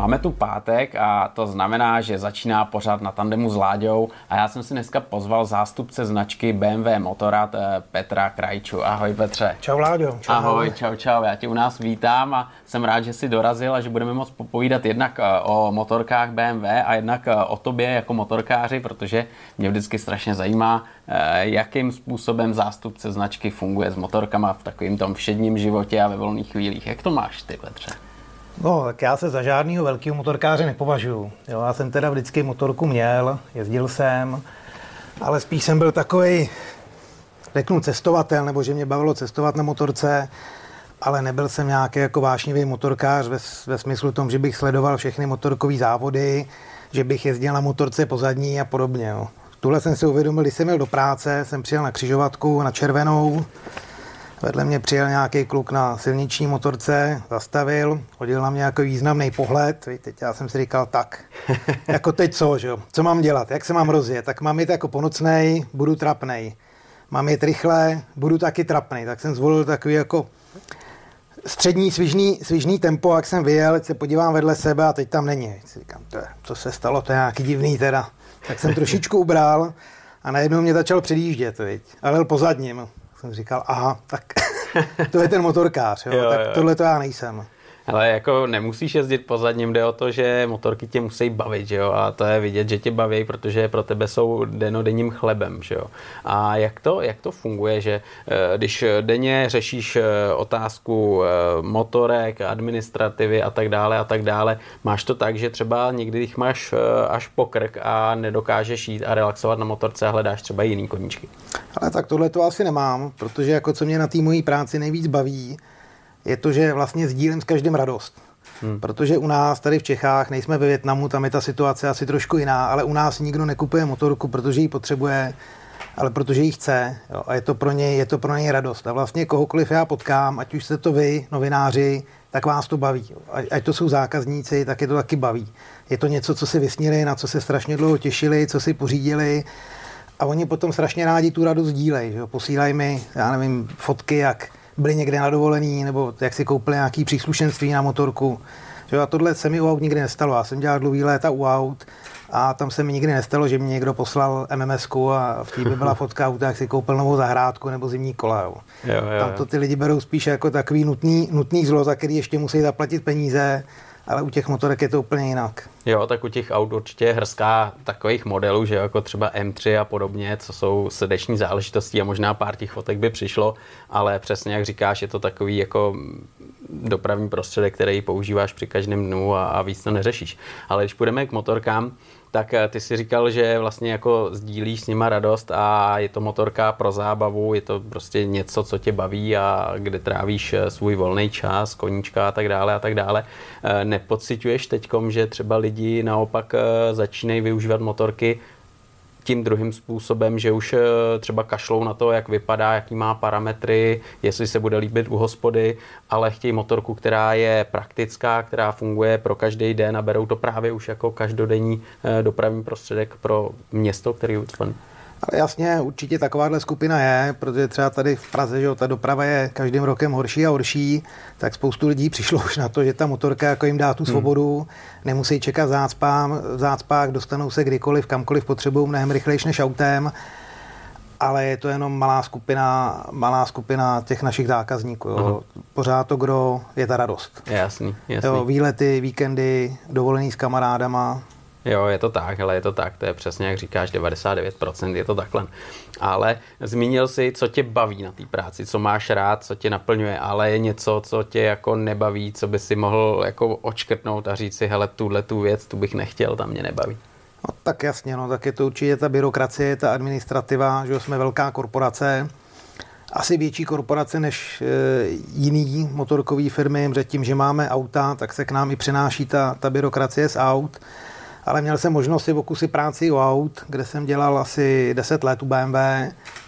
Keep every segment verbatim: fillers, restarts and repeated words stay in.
máme tu pátek a to znamená, že začíná pořad Na tandemu s Láďou a já jsem si dneska pozval zástupce značky bé em vé Motorrad Petra Krajču. Ahoj Petře. Čau Láďo. Čau, ahoj, čau, čau. Já tě u nás vítám a jsem rád, že jsi dorazil a že budeme moct popovídat jednak o motorkách bé em vé a jednak o tobě jako motorkáři, protože mě vždycky strašně zajímá, jakým způsobem zástupce značky funguje s motorkama v takovém tom všedním životě a ve volných chvílích. Jak to máš ty, Petře? No, tak já se za žádného velkého motorkáře nepovažuji. Jo, já jsem teda vždycky motorku měl, jezdil jsem, ale spíš jsem byl takovej, řeknu, cestovatel, nebo že mě bavilo cestovat na motorce, ale nebyl jsem nějaký jako vášnivý motorkář ve, ve smyslu tom, že bych sledoval všechny motorkové závody, že bych jezdil na motorce po zadní a podobně. Jo. Tuhle jsem si uvědomil, když jsem jel do práce, jsem přijel na křižovatku, na červenou, vedle mě přijel nějaký kluk na silniční motorce, zastavil, hodil na mě jako významný pohled, teď já jsem si říkal, tak, jako teď co, že jo? Co mám dělat, jak se mám rozjet, tak mám jít jako ponocnej, budu trapnej, mám jít rychle, budu taky trapnej, tak jsem zvolil takový jako střední svižný, svižný tempo, jak jsem vyjel, se podívám vedle sebe a teď tam není. Si říkám, to je, co se stalo, to je nějaký divný teda. Tak jsem trošičku ubral a najednou mě začal předjíždět, viď? Ale jel po zadním. Jsem říkal, aha, tak to je ten motorkář, jo? Jo, tak jo. Tohle to já nejsem. Ale jako nemusíš jezdit po zadním, jde o to, že motorky tě musí bavit, že jo, a to je vidět, že tě baví, protože pro tebe jsou dennodenním chlebem, že jo. A jak to, jak to funguje, že když denně řešíš otázku motorek, administrativy a tak dále a tak dále, máš to tak, že třeba někdy jich máš až po krk a nedokážeš jít a relaxovat na motorce a hledáš třeba jiný koníčky. Ale tak tohle to asi nemám, protože jako co mě na té mojí práci nejvíc baví, je to, že vlastně sdílím s každým radost. Hmm. Protože u nás tady v Čechách, nejsme ve Vietnamu, tam je ta situace asi trošku jiná, ale u nás nikdo nekupuje motorku, protože ji potřebuje, ale protože ji chce. Jo, a je to pro něj, je to pro něj radost. A vlastně kohokoliv já potkám, ať už jste to vy, novináři, tak vás to baví. Ať, ať to jsou zákazníci, tak je to taky baví. Je to něco, co si vysnili, na co se strašně dlouho těšili, co si pořídili. A oni potom strašně rádi tu radost sdílejí. Posílají mi, já nevím, fotky, jak byli někde na dovolení, nebo jak si koupili nějaký příslušenství na motorku. Že a tohle se mi u aut nikdy nestalo. Já jsem dělal dlouhý léta u aut a tam se mi nikdy nestalo, že mi někdo poslal em em esku a v té by byla fotka auta, jak si koupil novou zahrádku nebo zimní kola. Jo. Jo, jo, tam to ty lidi berou spíš jako takový nutný, nutný zlo, za který ještě musí zaplatit peníze, ale u těch motorek je to úplně jinak. Jo, tak u těch aut určitě je hrská takových modelů, že jako třeba em tři a podobně, co jsou srdeční záležitosti a možná pár těch fotek by přišlo, ale přesně jak říkáš, je to takový jako dopravní prostředek, který používáš při každém dnu a, a víc to neřešíš. Ale když půjdeme k motorkám, tak ty si říkal, že vlastně jako sdílíš s nima radost a je to motorka pro zábavu, je to prostě něco, co tě baví a kde trávíš svůj volný čas, koníčka a tak dále a tak dále. Nepociťuješ teďkom, že třeba lidi naopak začínají využívat motorky tím druhým způsobem, že už třeba kašlou na to, jak vypadá, jaký má parametry, jestli se bude líbit u hospody, ale chtějí motorku, která je praktická, která funguje pro každý den a berou to právě už jako každodenní dopravní prostředek pro město, který ucpaný. Ale jasně, určitě takováhle skupina je, protože třeba tady v Praze, že ta doprava je každým rokem horší a horší, tak spoustu lidí přišlo už na to, že ta motorka jako jim dá tu svobodu, hmm. nemusí čekat v zácpách, v zácpách, dostanou se kdykoliv, kamkoliv potřebují, mnohem rychlejš než autem, ale je to jenom malá skupina, malá skupina těch našich zákazníků. Jo. Pořád to gro je ta radost. Jasný, jasný. Jo, výlety, víkendy, dovolený s kamarádama. Jo, je to tak, ale je to tak, to je přesně jak říkáš, devadesát devět procent je to takhle. Ale zmínil jsi, co tě baví na té práci, co máš rád, co tě naplňuje, ale je něco, co tě jako nebaví, co by si mohl jako odškrtnout a říct si, hele, tuhle tu věc, tu bych nechtěl, tam mě nebaví. No tak jasně, no, tak je to určitě ta byrokracie, ta administrativa, že jsme velká korporace, asi větší korporace než e, jiný motorkový firmy, protože tím, že máme auta, tak se k nám i přenáší ta, ta byrokracie z aut. Ale měl jsem možnost si pokusit práci u aut, kde jsem dělal asi deset let u bé em vé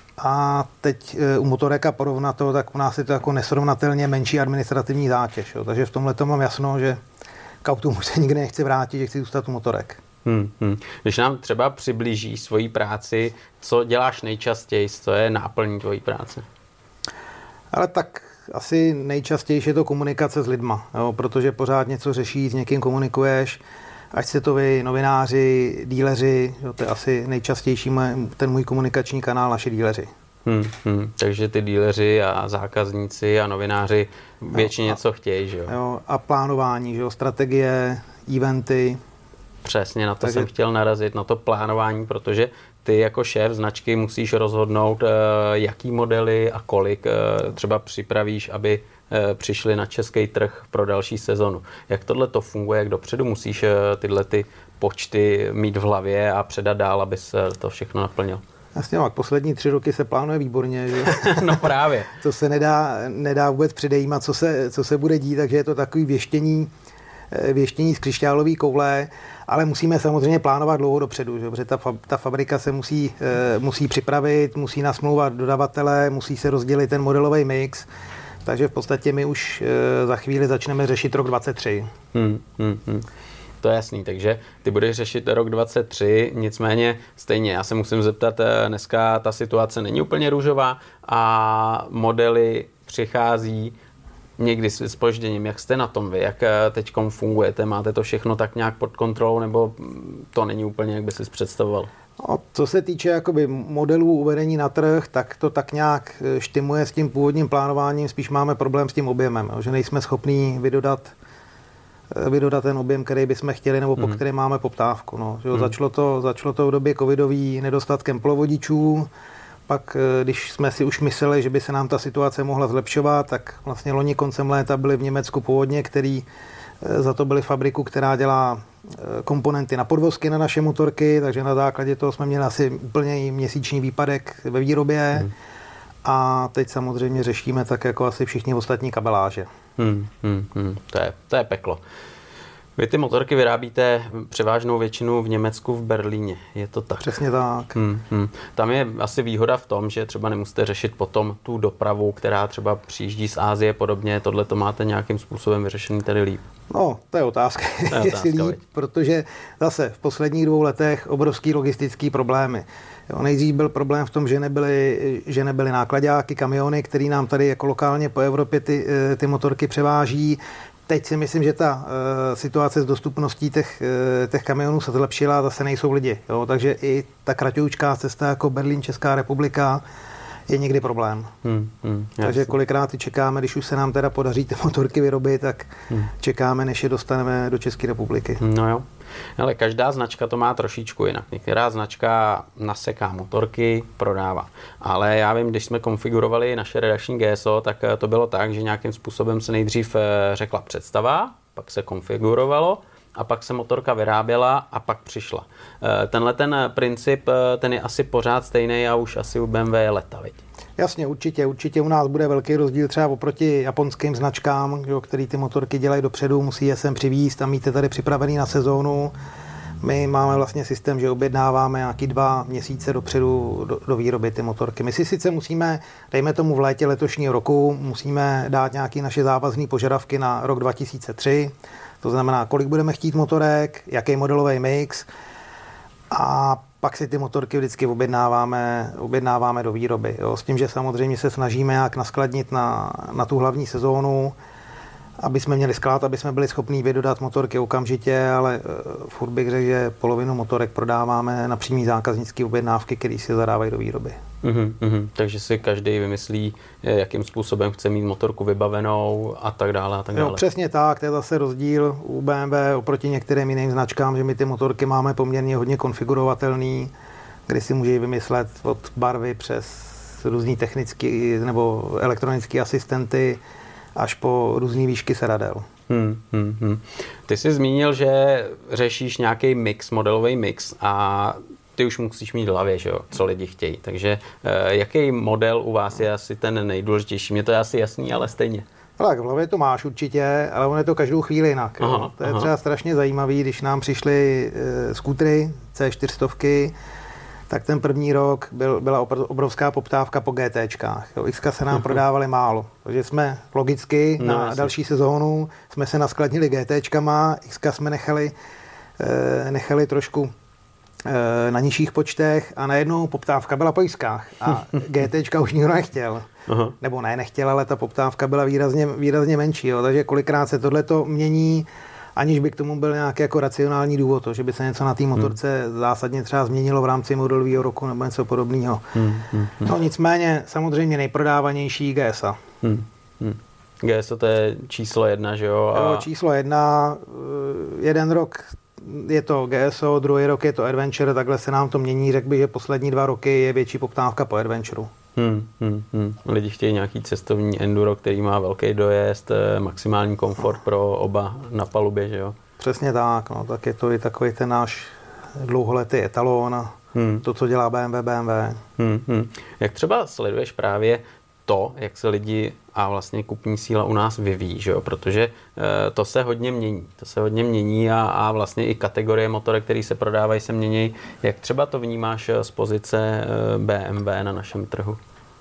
a teď e, u motorek a porovnat to, tak u nás je to jako nesrovnatelně menší administrativní zátěž. Jo. Takže v tomhle to mám jasno, že k autům se nikdy nechci vrátit, že chci zůstat u motorek. Hmm, hmm. Když nám třeba přiblížíš svoji práci, co děláš nejčastěji, co je náplní tvojí práce? Ale tak asi nejčastější je to komunikace s lidma, jo, protože pořád něco řešíš, s někým komunikuješ, ať se to vy, novináři, díleři, jo, to je asi nejčastější ten můj komunikační kanál, naši díleři. Hmm, hmm. Takže ty díleři a zákazníci a novináři většině něco chtějí, že jo? jo? A plánování, že jo, strategie, eventy. Přesně, na to Takže... jsem chtěl narazit, na to plánování, protože ty jako šéf značky musíš rozhodnout, jaký modely a kolik třeba připravíš, aby přišli na český trh pro další sezonu. Jak tohle to funguje, jak dopředu musíš tyhle ty počty mít v hlavě a předat dál, aby se to všechno naplnil? Jasně, tak poslední tři roky se plánuje výborně, že? No právě. To se nedá, nedá vůbec předejímat, co se, co se bude dít, takže je to takový věštění, věštění z křišťálové koule, ale musíme samozřejmě plánovat dlouho dopředu, že? Protože ta, ta fabrika se musí, musí připravit, musí nasmlouvat dodavatele, musí se rozdělit ten modelový mix, takže v podstatě my už za chvíli začneme řešit rok dvacet tři. Hmm, hmm, hmm. To je jasný, takže ty budeš řešit rok dvacet tři, nicméně stejně, já se musím zeptat, dneska ta situace není úplně růžová a modely přichází někdy s zpožděním. Jak jste na tom vy? Jak teďkom fungujete? Máte to všechno tak nějak pod kontrolou, nebo to není úplně, jak by si představoval? No, co se týče jakoby modelů uvedení na trh, tak to tak nějak štimuje s tím původním plánováním, spíš máme problém s tím objemem, že nejsme schopní vydodat vydodat ten objem, který bychom chtěli, nebo po mm. který máme poptávku. No. Mm. Začalo, to, začalo to v době covidový nedostatkem polovodičů, pak když jsme si už mysleli, že by se nám ta situace mohla zlepšovat, tak vlastně loni koncem léta byli v Německu povodně, který za to byli fabriku, která dělá komponenty na podvozky na naše motorky, takže na základě toho jsme měli asi úplně měsíční výpadek ve výrobě. Mm. A teď samozřejmě řešíme tak jako asi všichni ostatní kabeláže. Hmm, hmm, hmm. To je, to je peklo. Vy ty motorky vyrábíte převážnou většinu v Německu, v Berlíně. Je to tak? Přesně tak. Hmm, hmm. Tam je asi výhoda v tom, že třeba nemusíte řešit potom tu dopravu, která třeba přijíždí z Asie podobně. Tohle to máte nějakým způsobem vyřešený tady líp? No, to je otázka, to je otázka líp, veď. Protože zase v posledních dvou letech obrovský logistický problémy. Jo, nejdřív byl problém v tom, že nebyly, že nebyly nákladáky, kamiony, které nám tady jako lokálně po Evropě ty, ty motorky převáží. Teď si myslím, že ta uh, situace s dostupností těch, uh, těch kamionů se zlepšila, zase nejsou lidi. Jo, takže i ta kratoučká cesta jako Berlín, Česká republika je někdy problém. Hmm, hmm, takže kolikrát i čekáme, když už se nám teda podaří ty motorky vyrobit, tak hmm. čekáme, než je dostaneme do České republiky. No jo. Ale každá značka to má trošičku jinak. Některá značka naseká motorky, prodává. Ale já vím, když jsme konfigurovali naše redakční G S O, tak to bylo tak, že nějakým způsobem se nejdřív řekla představa, pak se konfigurovalo a pak se motorka vyráběla a pak přišla. Tenhle ten princip, ten je asi pořád stejný a už asi u B M W je leta, viď? Jasně, určitě. Určitě u nás bude velký rozdíl třeba oproti japonským značkám, který ty motorky dělají dopředu, musí je sem přivízt a mít je tady připravený na sezónu. My máme vlastně systém, že objednáváme nějaký dva měsíce dopředu do, do výroby ty motorky. My si sice musíme, dejme tomu v létě letošního roku, musíme dát nějaké naše závazné požadavky na rok dva tisíce tři, to znamená, kolik budeme chtít motorek, jaký modelový mix a pak si ty motorky vždycky objednáváme, objednáváme do výroby. Jo. S tím, že samozřejmě se snažíme nějak naskladnit na, na tu hlavní sezónu, aby jsme měli sklad, aby jsme byli schopní vydodat motorky okamžitě, ale uh, furt bych řekl, že polovinu motorek prodáváme na přímý zákaznické objednávky, které si zadávají do výroby. Uhum, uhum. Takže si každý vymyslí, jakým způsobem chce mít motorku vybavenou a tak dále a tak dále. Jo, přesně tak, to je zase rozdíl u B M W oproti některým jiným značkám, že my ty motorky máme poměrně hodně konfigurovatelný, kdy si můžeš vymyslet od barvy přes různý technický nebo elektronické asistenty až po různý výšky sedadel. Hmm, hmm, hmm. Ty jsi zmínil, že řešíš nějaký mix, modelový mix a ty už musíš mít v hlavě, že jo, co lidi chtějí. Takže eh, jaký model u vás je asi ten nejdůležitější? Mně to je asi jasný, ale stejně. Tak v hlavě to máš určitě, ale ono je to každou chvíli jinak. Aha, to je aha. třeba strašně zajímavý, když nám přišly e, skútry C čtyři sta, tak ten první rok byl, byla obrovská poptávka po GTčkách. Jo, X se nám uh-huh. prodávaly málo, takže jsme logicky no, na asi. další sezónu jsme se naskladnili GTčkama, X jsme nechali, e, nechali trošku na nižších počtech a najednou poptávka byla po jiskách a GTčka už nikdo nechtěl. Aha. Nebo ne, nechtěl, ale ta poptávka byla výrazně, výrazně menší. Jo. Takže kolikrát se tohleto mění, aniž by k tomu byl nějaký jako racionální důvod, to, že by se něco na té motorce hmm. zásadně třeba změnilo v rámci modelového roku nebo něco podobného. Hmm. Hmm. No nicméně samozřejmě nejprodávanější G S A. Hmm. Hmm. G S A to je číslo jedna, že jo? A... jo číslo jedna, jeden rok je to G S O, druhý rok je to Adventure, takhle se nám to mění. Řekl bych, že poslední dva roky je větší poptávka po Adventureu. Hmm, hmm, hmm. Lidi chtějí nějaký cestovní enduro, který má velký dojezd, maximální komfort pro oba na palubě, že jo? Přesně tak, no, tak je to i takový ten náš dlouholetý etalon a hmm. to, co dělá B M W, B M W. Hmm, hmm. Jak třeba sleduješ právě to, jak se lidi a vlastně kupní síla u nás vyvíjí, že jo? Protože e, to se hodně mění. To se hodně mění a, a vlastně i kategorie motorek, které se prodávají, se mění. Jak třeba to vnímáš z pozice e, B M W na našem trhu?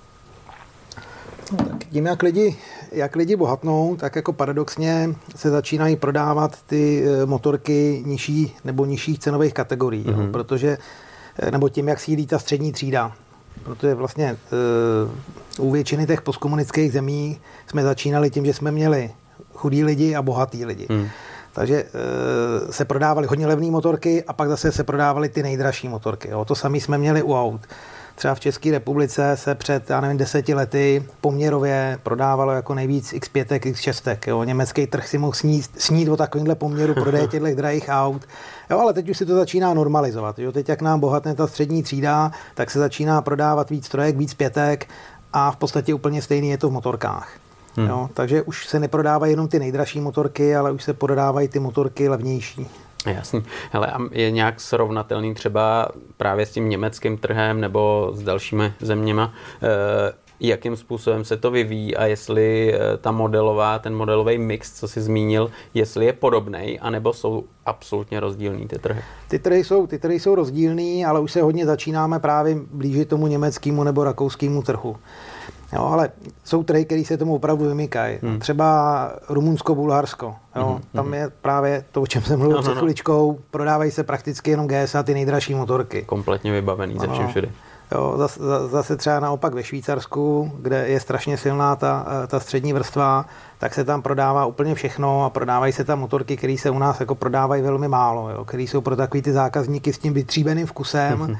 Tak tím, jak lidi, jak lidi bohatnou, tak jako paradoxně se začínají prodávat ty motorky nižší nebo nižších cenových kategorií, mm-hmm. jo? Protože, nebo tím, jak sílí ta střední třída. Protože vlastně uh, u většiny těch postkomunistických zemí jsme začínali tím, že jsme měli chudí lidi a bohatý lidi. Hmm. Takže uh, se prodávaly hodně levné motorky a pak zase se prodávaly ty nejdražší motorky. Jo. To samé jsme měli u aut. Třeba v České republice se před, já nevím, deseti lety poměrově prodávalo jako nejvíc X pět, X šest. Jo. Německý trh si mohl snít, snít o takovýmhle poměru prodeje těchto drahých aut. Jo, ale teď už si to začíná normalizovat. Jo. Teď, jak nám bohatne ta střední třída, tak se začíná prodávat víc trojek, víc pětek a v podstatě úplně stejný je to v motorkách. Hmm. Jo. Takže už se neprodávají jenom ty nejdražší motorky, ale už se prodávají ty motorky levnější. Jasně. Hele, a je nějak srovnatelný třeba právě s tím německým trhem nebo s dalšími zeměma, e, jakým způsobem se to vyvíjí a jestli ta modelová, ten modelový mix, co jsi zmínil, jestli je podobnej, anebo jsou absolutně rozdílný ty trhy? Ty trhy jsou, ty trhy jsou rozdílný, ale už se hodně začínáme právě blížit tomu německému nebo rakouskému trhu. Jo, ale jsou trhy, které se tomu opravdu vymykají. Hmm. Třeba Rumunsko, Bulharsko. Jo, hmm. Tam je právě to, o čem jsem mluvil no, před chviličkou. Prodávají se prakticky jenom G S A, ty nejdražší motorky. Kompletně vybavený ze všem všude. Jo, zase, zase třeba naopak ve Švýcarsku, kde je strašně silná ta, ta střední vrstva, tak se tam prodává úplně všechno a prodávají se tam motorky, které se u nás jako prodávají velmi málo, jo, které jsou pro takový ty zákazníky s tím vytříbeným vkusem.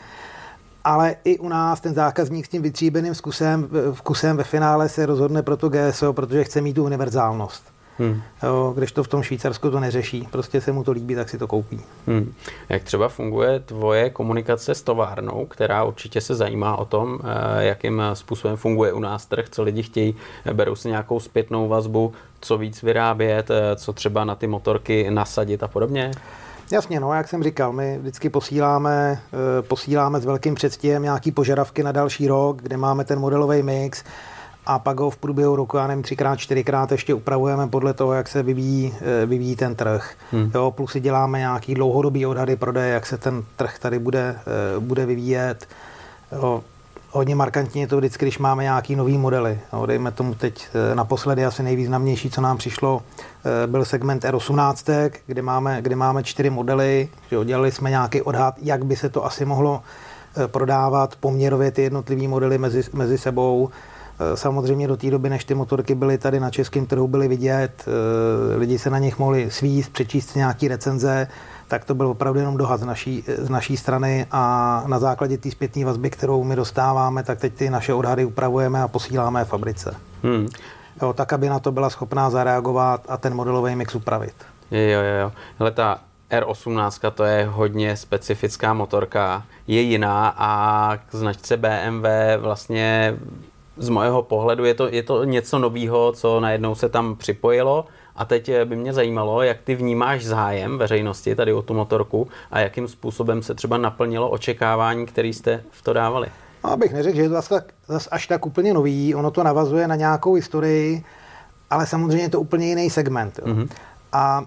Ale i u nás ten zákazník s tím vytříbeným vkusem, vkusem ve finále se rozhodne pro to G S O, protože chce mít tu univerzálnost. Hmm. Jo, když to v tom Švýcarsku to neřeší, prostě se mu to líbí, tak si to koupí. Hmm. Jak třeba funguje tvoje komunikace s továrnou, která určitě se zajímá o tom, jakým způsobem funguje u nás trh, co lidi chtějí, berou si nějakou zpětnou vazbu, co víc vyrábět, co třeba na ty motorky nasadit a podobně? Jasně, no, jak jsem říkal, my vždycky posíláme, posíláme s velkým předstihem nějaký požadavky na další rok, kde máme ten modelový mix a pak ho v průběhu roku, já nevím, třikrát, čtyřikrát ještě upravujeme podle toho, jak se vyvíjí, vyvíjí ten trh. Hmm. Jo, plus si děláme nějaký dlouhodobý odhady prodeje, jak se ten trh tady bude, bude vyvíjet. Jo, hodně markantně je to vždycky, když máme nějaký nový modely. Jo, dejme tomu teď naposledy asi nejvýznamnější, co nám přišlo, byl segment R osmnáct, kde máme, kde máme čtyři modely. Jo, dělali jsme nějaký odhad, jak by se to asi mohlo prodávat poměrově ty jednotlivý modely mezi, mezi sebou. Samozřejmě do té doby, než ty motorky byly tady na českém trhu, byly vidět, lidi se na nich mohli svíst, přečíst nějaký recenze, tak to byl opravdu jenom dohad z naší, z naší strany a na základě té zpětné vazby, kterou my dostáváme, tak teď ty naše odhady upravujeme a posíláme fabrice. Hmm. Jo, tak, aby na to byla schopná zareagovat a ten modelový mix upravit. Jo, jo, jo. Hele, ta R osmnáct to je hodně specifická motorka, je jiná a k značce B M W vlastně z mého pohledu je to, je to něco novýho, co najednou se tam připojilo. A teď by mě zajímalo, jak ty vnímáš zájem veřejnosti tady o tu motorku a jakým způsobem se třeba naplnilo očekávání, které jste v to dávali. No, abych neřekl, že je to zase, zase až tak úplně nový, ono to navazuje na nějakou historii, ale samozřejmě je to úplně jiný segment. Jo. Mm-hmm. A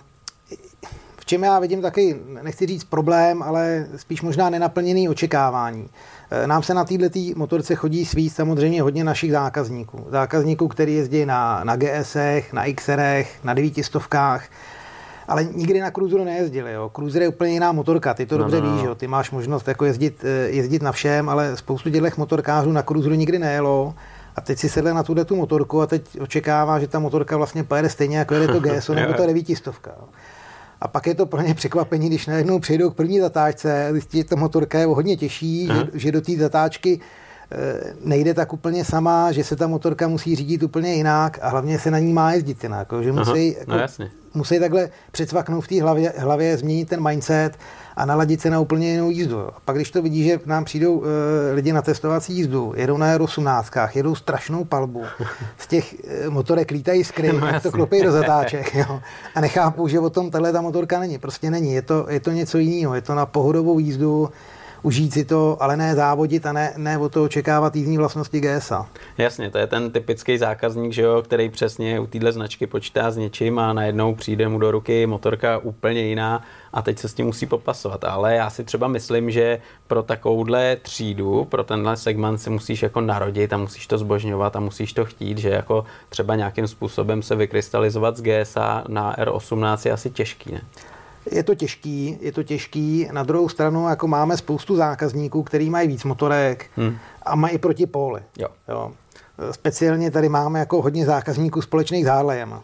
v čem já vidím taky, nechci říct problém, ale spíš možná nenaplněný očekávání. Nám se na této motorce chodí svíst samozřejmě hodně našich zákazníků. Zákazníků, který jezdí na, na GSech, na XRech, na devítistovkách. Ale nikdy na cruiseru nejezdili, jo. Cruiser je úplně jiná motorka, ty to no, dobře no, víš, jo. Ty máš možnost jako jezdit, jezdit na všem, ale spoustu těchto motorkářů na cruiseru nikdy nejelo. A teď si sedle na tuhle tu motorku a teď očekává, že ta motorka vlastně pojede stejně, jako jede to G S O nebo ta devítistovka. A pak je to pro ně překvapení, když najednou přijdou k první zatáčce, zjistí, že ta motorka je hodně těžší, že, že do té zatáčky nejde tak úplně sama, že se ta motorka musí řídit úplně jinak a hlavně se na ní má jezdit jinak. Že musí, Aha, no jako, musí takhle přecvaknout v té hlavě, hlavě, změnit ten mindset a naladit se na úplně jinou jízdu. A pak když to vidí, že nám přijdou uh, lidi na testovací jízdu, jedou na R osmnáct, jedou strašnou palbu, z těch uh, motorek lítají skry, no, to klopí do zatáček. Jo. A nechápou, že o tom tahle ta motorka není. Prostě není. Je to, je to něco jiného. Je to na pohodovou jízdu, užít si to, ale ne závodit a ne, ne o to očekávat jízdní vlastnosti G S A. Jasně, to je ten typický zákazník, že jo, který přesně u téhle značky počítá s něčím a najednou přijde mu do ruky motorka úplně jiná a teď se s tím musí popasovat. Ale já si třeba myslím, že pro takovouhle třídu, pro tenhle segment se musíš jako narodit a musíš to zbožňovat a musíš to chtít, že jako třeba nějakým způsobem se vykrystalizovat z G S A na R osmnáct je asi těžký, ne? Je to těžký, je to těžký. Na druhou stranu jako máme spoustu zákazníků, který mají víc motorek hmm. a mají protipóly. Jo. Jo. Speciálně tady máme jako hodně zákazníků společných s Harleyem.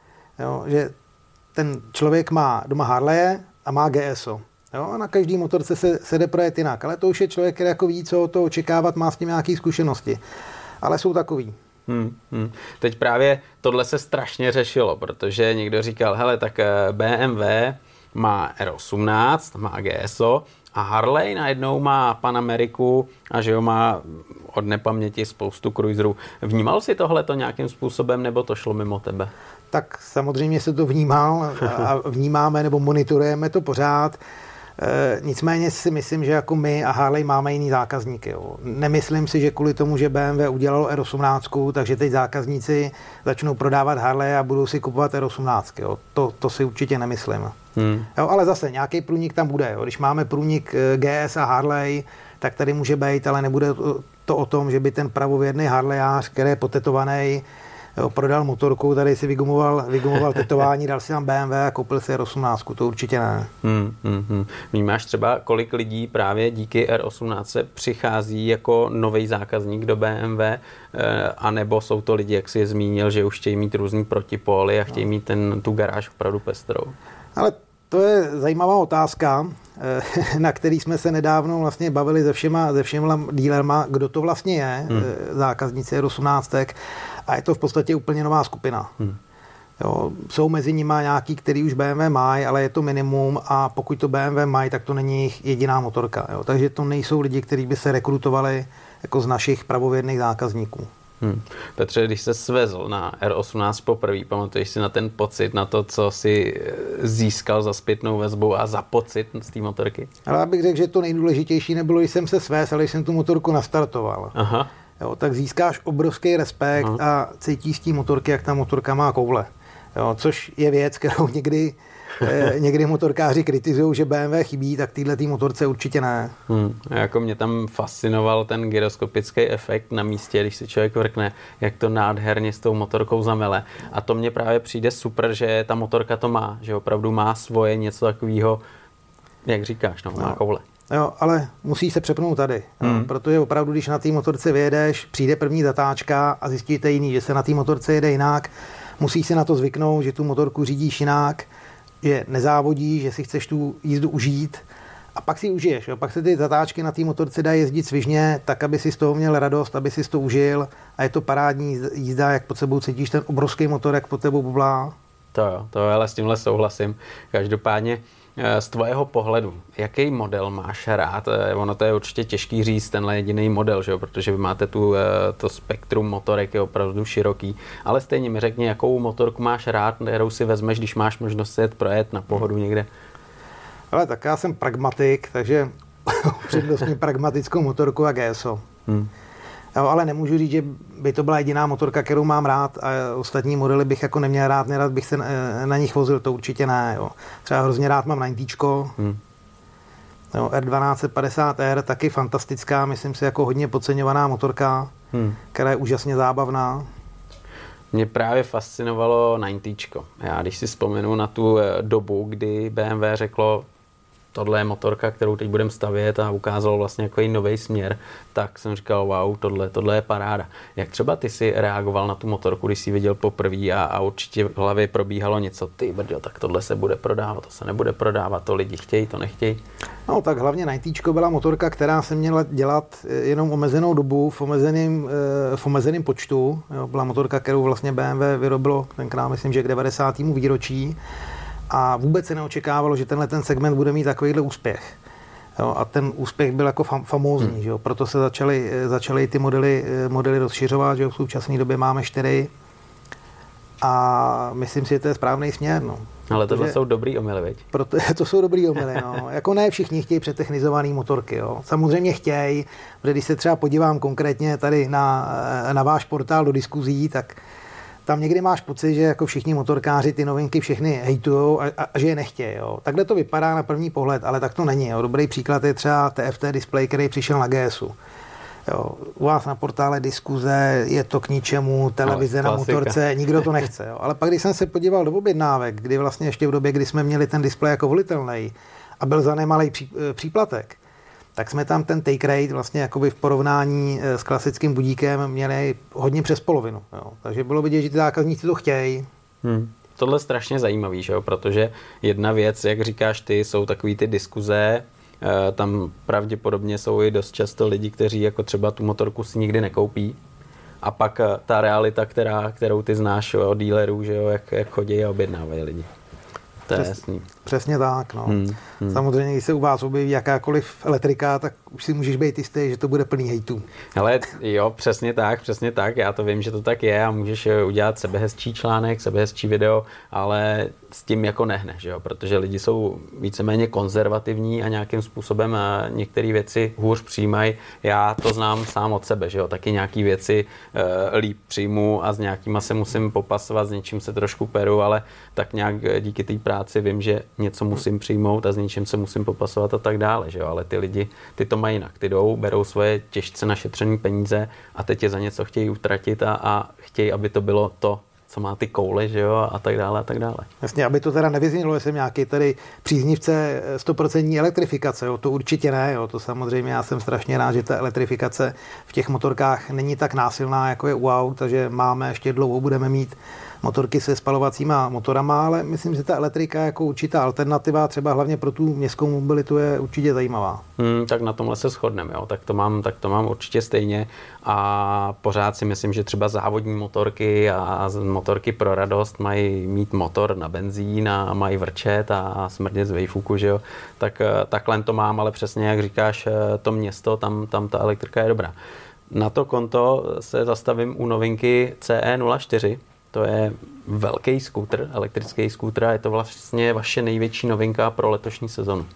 Jo, že ten člověk má doma Harleye a má G S O. Jo, a na každý motorce se, se jde projet jinak. Ale to už je člověk, který jako ví, co to očekávat, má s tím nějaké zkušenosti. Ale jsou takový. Hmm, hmm. Teď právě tohle se strašně řešilo, protože někdo říkal, hele, tak B M W má R osmnáct, má G S O a Harley najednou má Pan Ameriku a že jo, má od nepaměti spoustu cruiserů. Vnímal jsi tohleto nějakým způsobem, nebo to šlo mimo tebe? Tak samozřejmě se to vnímal a vnímáme nebo monitorujeme to pořád. E, nicméně si myslím, že jako my a Harley máme jiný zákazníky. Jo. Nemyslím si, že kvůli tomu, že B M W udělalo R osmnáct, takže teď zákazníci začnou prodávat Harley a budou si kupovat R osmnáct. Jo. To, to si určitě nemyslím. Hmm. Jo, ale zase nějaký průnik tam bude. Jo. Když máme průnik G S a Harley, tak tady může být, ale nebude to o tom, že by ten pravověrný Harleyář, který je potetovaný, jo, prodal motorku, tady si vygumoval, vygumoval tetování, dal si tam B M W a koupil si R osmnáct, to určitě ne. Hmm, hmm, hmm. Vnímáš třeba, kolik lidí právě díky R osmnáct přichází jako nový zákazník do B M W, eh, anebo jsou to lidi, jak jsi je zmínil, že už chtějí mít různý protipóly a chtějí mít ten, tu garáž opravdu pestrou? Ale to je zajímavá otázka, na který jsme se nedávno vlastně bavili se všema, se všema dílerma, kdo to vlastně je, hmm. zákazníci R osmnáct, a je to v podstatě úplně nová skupina. Hmm. Jo, jsou mezi nimi nějaký, který už B M W mají, ale je to minimum a pokud to B M W mají, tak to není jejich jediná motorka. Jo. Takže to nejsou lidi, kteří by se rekrutovali jako z našich pravověrných zákazníků. Hmm. Petře, když se svezl na R osmnáct poprvé, pamatuješ si na ten pocit, na to, co si získal za zpětnou vazbou a za pocit z té motorky? Ale já bych řekl, že to nejdůležitější nebylo, když jsem se svez, ale když jsem tu motorku nastartoval. Aha. Jo, tak získáš obrovský respekt Aha. a cítíš z té motorky, jak ta motorka má koule. Jo, což je věc, kterou někdy eh, někdy motorkáři kritizují, že B M W chybí, tak téhle tý motorce určitě ne. Hmm. Jako mě tam fascinoval ten gyroskopický efekt na místě, když si člověk vrkne, jak to nádherně s tou motorkou zamele. A to mně právě přijde super, že ta motorka to má, že opravdu má svoje něco takového, jak říkáš, no, má no. koule. Jo, ale musí se přepnout tady, hmm. jo, protože opravdu, když na té motorce vyjedeš, přijde první zatáčka a zjistíte jiný, že se na té motorce jede jinak, musíš si na to zvyknout, že tu motorku řídíš jinak, že nezávodíš, že si chceš tu jízdu užít a pak si ji užiješ. Jo. Pak se ty zatáčky na té motorce dají jezdit svižně, tak, aby si z toho měl radost, aby si to užil a je to parádní jízda, jak pod sebou cítíš ten obrovský motor, jak pod tebou bublá. To jo, to jo, ale s tímhle souhlasím. Každopádně z tvého pohledu, jaký model máš rád? Ono to je určitě těžký říct, tenhle jediný model, že jo? Protože vy máte tu, to spektrum motorek je opravdu široký, ale stejně mi řekni, jakou motorku máš rád, kterou si vezmeš, když máš možnost se jet projet na pohodu někde. Ale tak já jsem pragmatik, takže přednostně pragmatickou motorku a G S O. Hmm. Jo, ale nemůžu říct, že by to byla jediná motorka, kterou mám rád a ostatní modely bych jako neměl rád, nerad bych se na nich vozil, to určitě ne. Jo. Třeba hrozně rád mám ninetyčko, hmm. jo, R dvanáct padesát R, taky fantastická, myslím si, jako hodně podceňovaná motorka, hmm. která je úžasně zábavná. Mě právě fascinovalo devadesátka. Já když si vzpomenu na tu dobu, kdy B M W řeklo, tohle je motorka, kterou teď budeme stavět a ukázalo vlastně jako i nový směr, tak jsem říkal, wow, tohle, tohle je paráda. Jak třeba ty si reagoval na tu motorku, když jsi viděl poprvé a, a určitě v hlavě probíhalo něco, ty brďo, tak tohle se bude prodávat, to se nebude prodávat, to lidi chtějí, to nechtějí. No tak hlavně devadesátka byla motorka, která se měla dělat jenom omezenou dobu v omezeném, v omezeném počtu. Jo, byla motorka, kterou vlastně B M W vyrobilo tenkrát, myslím, že k devadesátému výročí. A vůbec se neočekávalo, že tenhle ten segment bude mít takovýhle úspěch. Jo, a ten úspěch byl jako fam, famózní, hmm. že jo, proto se začaly, začaly ty modely, modely rozšiřovat, že jo, v současné době máme čtyři a myslím si, že to je správný směr. No. Ale tohle jsou dobrý omyly, veď? Proto, to jsou dobrý omyly, no. Jako ne všichni chtějí přetechnizované motorky, jo. Samozřejmě chtějí, protože když se třeba podívám konkrétně tady na, na váš portál do diskuzí, tak tam někdy máš pocit, že jako všichni motorkáři ty novinky všechny hejtujou a, a, a že je nechtějí. Jo. Takhle to vypadá na první pohled, ale tak to není. Jo. Dobrý příklad je třeba T F T display, který přišel na G S u. Jo. U vás na portále diskuze je to k ničemu, televize na motorce, nikdo to nechce. Jo. Ale pak, když jsem se podíval do objednávek, kdy vlastně ještě v době, kdy jsme měli ten displej jako volitelný a byl za nemalý pří, příplatek, tak jsme tam ten take rate vlastně jakoby v porovnání s klasickým budíkem měli hodně přes polovinu. Jo. Takže bylo vidět, že ty zákazníci to chtějí. Hmm. Tohle je strašně zajímavý, že jo? Protože jedna věc, jak říkáš ty, jsou takový ty diskuze, tam pravděpodobně jsou i dost často lidi, kteří jako třeba tu motorku si nikdy nekoupí. A pak ta realita, která, kterou ty znáš od dealerů, že jo? Jak, jak chodí a objednávají lidi. To je Přes, jasný. Přesně tak. No. Hmm, hmm. Samozřejmě, když se u vás objeví jakákoliv elektrika, tak už si můžeš být jistý, že to bude plný hejtů. Ale jo, přesně tak, přesně tak. Já to vím, že to tak je a můžeš udělat sebehezčí článek, sebehezčí video, ale s tím jako nehne, že jo? Protože lidi jsou víceméně konzervativní a nějakým způsobem některé věci hůř přijímají. Já to znám sám od sebe, že jo? Taky nějaký věci e, líp přijmu a s nějakýma se musím popasovat, s něčím se trošku peru, ale tak nějak díky té práci vím, že něco musím přijmout a s něčím se musím popasovat a tak dále, že jo? Ale ty lidi, ty to mají jinak. Ty jdou, berou svoje těžce našetřené peníze a teď je za něco chtějí utratit a, a chtějí, aby to bylo to, co má ty koule, že jo, a tak dále, a tak dále. Jasně, aby to teda nevyznělo, že jsem nějaký tady příznivce sto procent elektrifikace, jo, to určitě ne, jo, to samozřejmě já jsem strašně rád, že ta elektrifikace v těch motorkách není tak násilná, jako je u aut, takže máme ještě dlouho, budeme mít motorky se spalovacíma motorama, ale myslím, že ta elektrika jako určitá alternativa, třeba hlavně pro tu městskou mobilitu, je určitě zajímavá. Hmm, tak na tomhle se shodneme, jo. Tak to mám, tak to mám určitě stejně a pořád si myslím, že třeba závodní motorky a motorky pro radost mají mít motor na benzín a mají vrčet a smrdět z vejfuku, že jo. Tak takhle to mám, ale přesně jak říkáš, to město, tam, tam ta elektrika je dobrá. Na to konto se zastavím u novinky C E nula čtyři. To je velký skútr, elektrický skútr a je to vlastně vaše největší novinka pro letošní sezonu.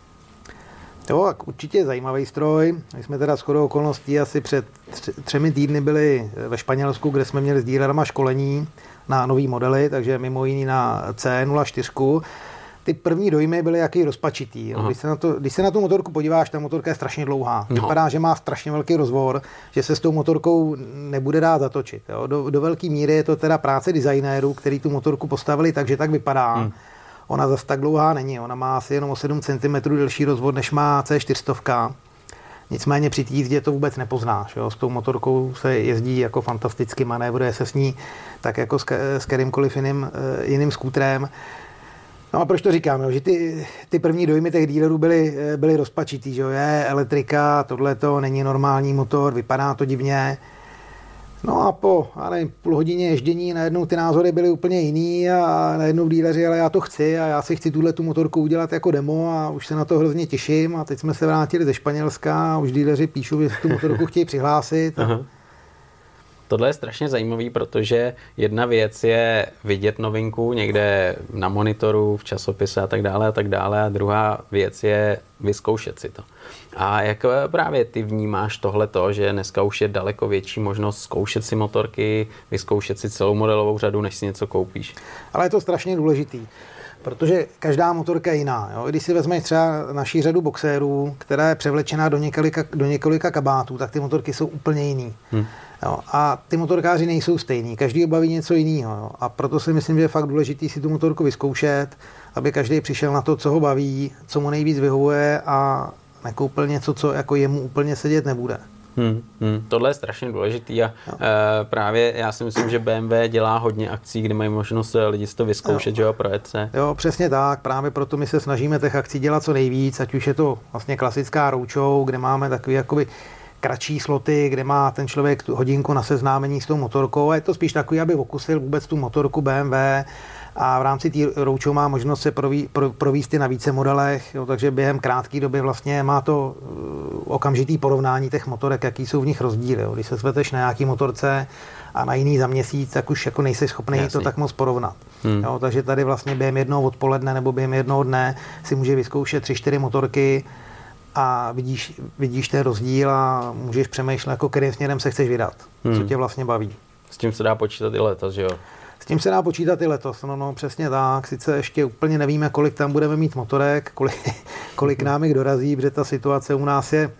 Jo, tak určitě zajímavý stroj. My jsme teda shodou okolností asi před třemi týdny byli ve Španělsku, kde jsme měli s dílerama školení na nový modely, takže mimo jiný na C E nula čtyři. Ty první dojmy byly jaký rozpačitý. Když se, na to, když se na tu motorku podíváš, ta motorka je strašně dlouhá. No. Vypadá, že má strašně velký rozvor, že se s tou motorkou nebude dát zatočit. Jo. Do, do velké míry je to teda práce designérů, který tu motorku postavili tak, že tak vypadá. Hmm. Ona zase tak dlouhá není. Ona má asi jenom o sedm centimetrů delší rozvor, než má C čtyři sta. Nicméně při té jízdě to vůbec nepoznáš. Jo. S tou motorkou se jezdí jako fantasticky, manévruje se s ní tak jako s, s kterýmkoliv jiným, jiným skútrem. No a proč to říkám, jo? Že ty, ty první dojmy těch dílerů byly, byly rozpačitý, že jo, je elektrika, tohle to není normální motor, vypadá to divně. No a po, já nevím, půl hodině ježdění najednou ty názory byly úplně jiný a najednou díleři, ale já to chci a já si chci tuhle tu motorku udělat jako demo a už se na to hrozně těším a teď jsme se vrátili ze Španělska a už díleři píšou, že tu motorku chtějí přihlásit. A... Tohle je strašně zajímavý, protože jedna věc je vidět novinku někde na monitoru, v časopise a tak dále a tak dále a druhá věc je vyzkoušet si to. A jak právě ty vnímáš tohleto, že dneska už je daleko větší možnost zkoušet si motorky, vyzkoušet si celou modelovou řadu, než si něco koupíš? Ale je to strašně důležitý. Protože každá motorka je jiná. Jo? Když si vezmeš třeba naší řadu boxérů, která je převlečená do několika, do několika kabátů, tak ty motorky jsou úplně jiný. Hmm. Jo, a ty motorkáři nejsou stejný, každý baví něco jiného. A proto si myslím, že je fakt důležité si tu motorku vyzkoušet, aby každý přišel na to, co ho baví, co mu nejvíc vyhovuje a nekoupil něco, co jako jemu úplně sedět nebude. Hmm, hmm. Tohle je strašně důležitý a e, právě já si myslím, že B M W dělá hodně akcí, kde mají možnost lidi si to vyzkoušet, jo. že jo, projet se. Jo, přesně tak, právě proto my se snažíme těch akcí dělat co nejvíc, ať už je to vlastně klasická roadshow, kde máme takový jakoby kratší sloty, kde má ten člověk tu hodinku na seznámení s tou motorkou a je to spíš takový, aby okusil vůbec tu motorku B M W a v rámci té roadshow má možnost se proví, pro, províst i na více modelech, jo, takže během krátké doby vlastně má to uh, okamžitý porovnání těch motorek, jaký jsou v nich rozdíly. Jo. Když se sveteš na nějaký motorce a na jiný za měsíc, tak už jako nejsi schopný Jasně. to tak moc porovnat. Hmm. Jo, takže tady vlastně během jednoho odpoledne nebo během jednoho dne si může vyzkoušet tři, čtyři motorky a vidíš, vidíš ten rozdíl a můžeš přemýšlet, jako kterým směrem se chceš vydat, hmm. co tě vlastně baví. S tím se dá počítat i letos, že jo? S tím se dá počítat i letos, no, no přesně tak. Sice ještě úplně nevíme, kolik tam budeme mít motorek, kolik, kolik nám jich dorazí, protože ta situace u nás je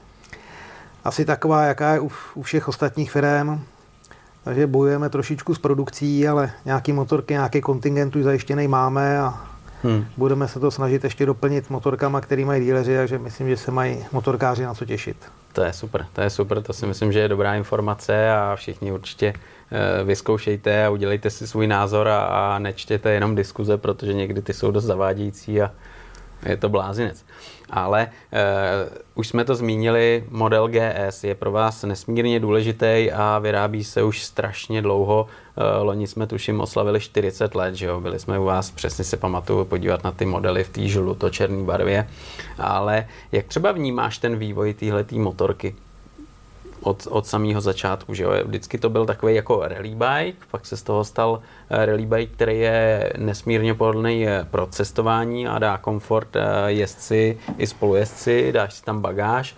asi taková, jaká je u, u všech ostatních firem. Takže bojujeme trošičku s produkcí, ale nějaký motorky, nějaký kontingent už zajištěný máme a hmm. budeme se to snažit ještě doplnit motorkama, který mají díleři, takže myslím, že se mají motorkáři na co těšit. To je super, to je super, to si myslím, že je dobrá informace a všichni určitě vyzkoušejte a udělejte si svůj názor a, a nečtěte jenom diskuze, protože někdy ty jsou dost zavádějící a je to blázinec. Ale eh, už jsme to zmínili, model G S je pro vás nesmírně důležitý a vyrábí se už strašně dlouho. Eh, loni jsme tuším oslavili čtyřicet let, že jo? Byli jsme u vás, přesně se pamatuju, podívat na ty modely v té žluto-černé barvě. Ale jak třeba vnímáš ten vývoj téhletý motorky? Od, od samého začátku, že jo. Vždycky to byl takový jako rally bike, pak se z toho stal rally bike, který je nesmírně pohodlný pro cestování a dá komfort jezdci i spolujezdci, dáš si tam bagáž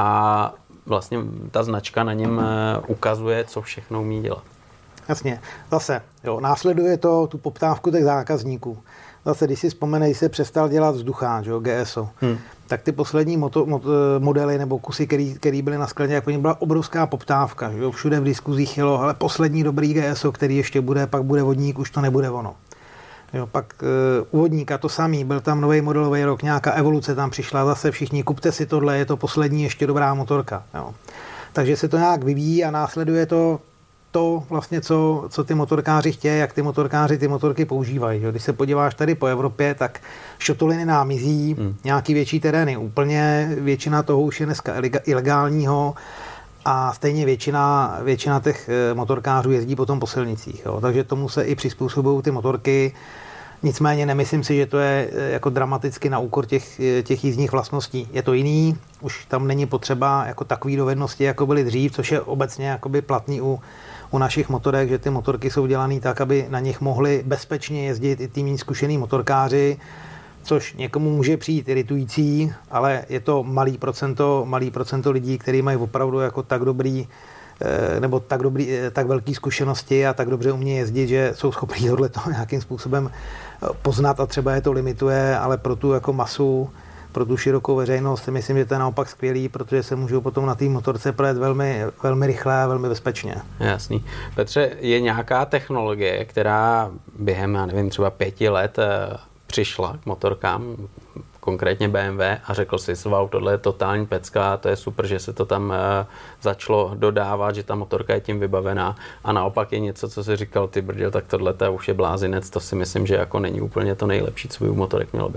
a vlastně ta značka na něm ukazuje, co všechno umí dělat. Jasně, zase, jo, následuje to tu poptávku těch zákazníků. Zase, když si vzpomeneš, se přestal dělat vzduchán, že jo, G S O, hmm. tak ty poslední moto, mot, modely nebo kusy, které byly na skladě, jak po ní byla obrovská poptávka. Že jo, všude v diskuzích jelo, ale poslední dobrý G S O, který ještě bude, pak bude vodník, už to nebude ono. Jo, pak uh, u vodníka to samý, byl tam nový modelový rok, nějaká evoluce tam přišla, zase všichni, kupte si tohle, je to poslední ještě dobrá motorka. Jo. Takže se to nějak vyvíjí a následuje to to vlastně, co, co ty motorkáři chtějí, jak ty motorkáři ty motorky používají. Jo. Když se podíváš tady po Evropě, tak šotoliny nám mizí, hmm. nějaký větší terény úplně, většina toho už je dneska ilegálního a stejně většina, většina těch motorkářů jezdí potom po silnicích. Jo. Takže tomu se i přizpůsobují ty motorky. Nicméně nemyslím si, že to je jako dramaticky na úkor těch, těch jízdních vlastností. Je to jiný, už tam není potřeba jako takový dovednosti, jako byly dřív, což je obecně jakoby platný u, u našich motorek, že ty motorky jsou dělané tak, aby na nich mohli bezpečně jezdit i ty méně zkušený motorkáři, což někomu může přijít iritující, ale je to malý procento, malý procento lidí, kteří mají opravdu jako tak dobrý nebo tak, dobrý, tak velký zkušenosti a tak dobře umějí jezdit, že jsou schopni tohleto nějakým způsobem poznat a třeba je to limituje, ale pro tu jako masu, pro tu širokou veřejnost si myslím, že to je naopak skvělý, protože se můžou potom na té motorce projet velmi, velmi rychle a velmi bezpečně. Jasný. Petře, je nějaká technologie, která během, já nevím, třeba pěti let přišla k motorkám, konkrétně B M W, a řekl si, wow, tohle je totální pecka, to je super, že se to tam uh, začalo dodávat, že ta motorka je tím vybavená, a naopak je něco, co si říkal, ty brdě, tak tohle to už je blázinec, to si myslím, že jako není úplně to nejlepší, co by u motorek mělo být.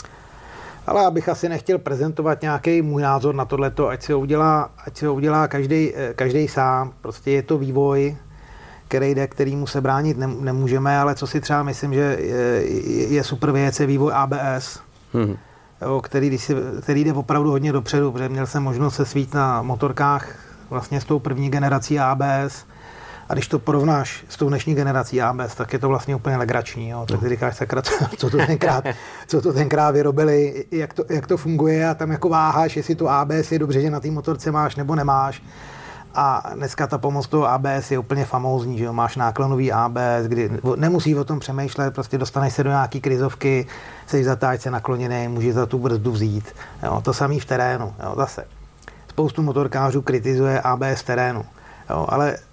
Ale abych asi nechtěl prezentovat nějaký můj názor na tohleto, ať si ho udělá, ať si ho udělá každý, každý sám, prostě je to vývoj, který jde, kterýmu se bránit nemůžeme, ale co si třeba myslím, že je, je super věc, je vývoj A B S, hmm. jo, který, když si, který jde opravdu hodně dopředu, protože měl jsem možnost se svít na motorkách vlastně s tou první generací A B S, a když to porovnáš s tou dnešní generací A B S, tak je to vlastně úplně legrační. Jo. Tak si říkáš, sakra, co to tenkrát, co to tenkrát vyrobili, jak to, jak to funguje, a tam jako váháš, jestli to A B S je dobře, že na té motorce máš nebo nemáš. A dneska ta pomoc toho A B S je úplně famózní, že jo? Máš náklonový A B S, kdy nemusí o tom přemýšlet, prostě dostaneš se do nějaký krizovky, jsi v zatáčce nakloněný, můžeš za tu brzdu vzít. Jo? To samý v terénu. Jo? Zase. Spoustu motorkářů kritizuje A B S v terénu. Jo? Ale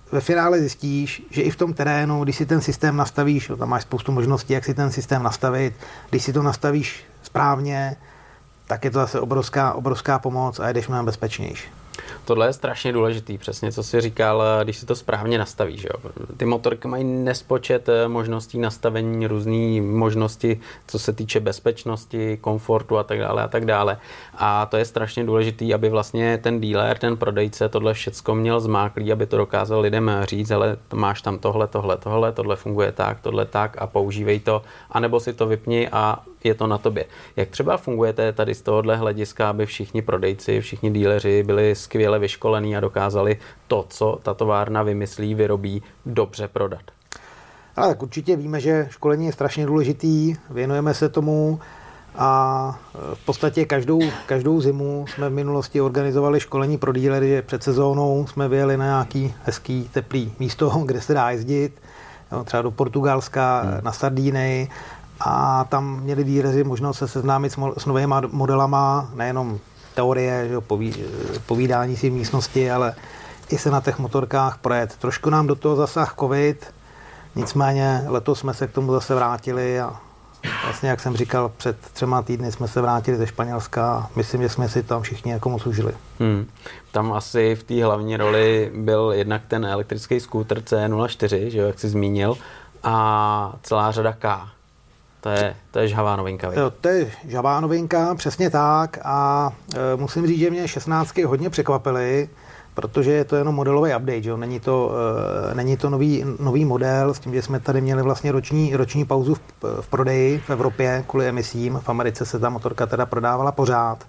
ve finále zjistíš, že i v tom terénu, když si ten systém nastavíš, tam máš spoustu možností, jak si ten systém nastavit, když si to nastavíš správně, tak je to zase obrovská, obrovská pomoc a jedeš mnohem bezpečnější. Tohle je strašně důležitý, přesně co jsi říkal, když si to správně nastavíš. Jo. Ty motorky mají nespočet možností nastavení, různé možnosti, co se týče bezpečnosti, komfortu a tak dále a tak dále. A to je strašně důležitý, aby vlastně ten dealer, ten prodejce tohle všecko měl zmáklý, aby to dokázal lidem říct, ale máš tam tohle, tohle, tohle, tohle funguje tak, tohle tak a používej to, anebo si to vypni a je to na tobě. Jak třeba fungujete tady z tohohle hlediska, aby všichni prodejci, všichni díleři byli skvěle vyškolení a dokázali to, co ta továrna vymyslí, vyrobí, dobře prodat? Ale tak určitě víme, že školení je strašně důležitý, věnujeme se tomu a v podstatě každou, každou zimu jsme v minulosti organizovali školení pro dílery, že před sezónou jsme vyjeli na nějaký hezký, teplý místo, kde se dá jezdit, jo, třeba do Portugalska, hmm. na Sardíny, a tam měli díleři možnost se seznámit s novými modelama, nejenom teorie, že poví, povídání si v místnosti, ale i se na těch motorkách projet. Trošku nám do toho zasah covid, nicméně letos jsme se k tomu zase vrátili a vlastně, jak jsem říkal, před třema týdny jsme se vrátili ze Španělska a myslím, že jsme si tam všichni jako moc užili. Hmm. Tam asi v té hlavní roli byl jednak ten elektrický skútr C nula čtyři, že jo, jak jsi zmínil, a celá řada K. To je, to je žhavá novinka. Jo, to je žhavá novinka, přesně tak. A e, musím říct, že mě šestnáctky hodně překvapily, protože je to jenom modelový update. Že? Není to, e, není to nový, nový model, s tím, že jsme tady měli vlastně roční, roční pauzu v, v prodeji v Evropě kvůli emisím. V Americe se ta motorka teda prodávala pořád.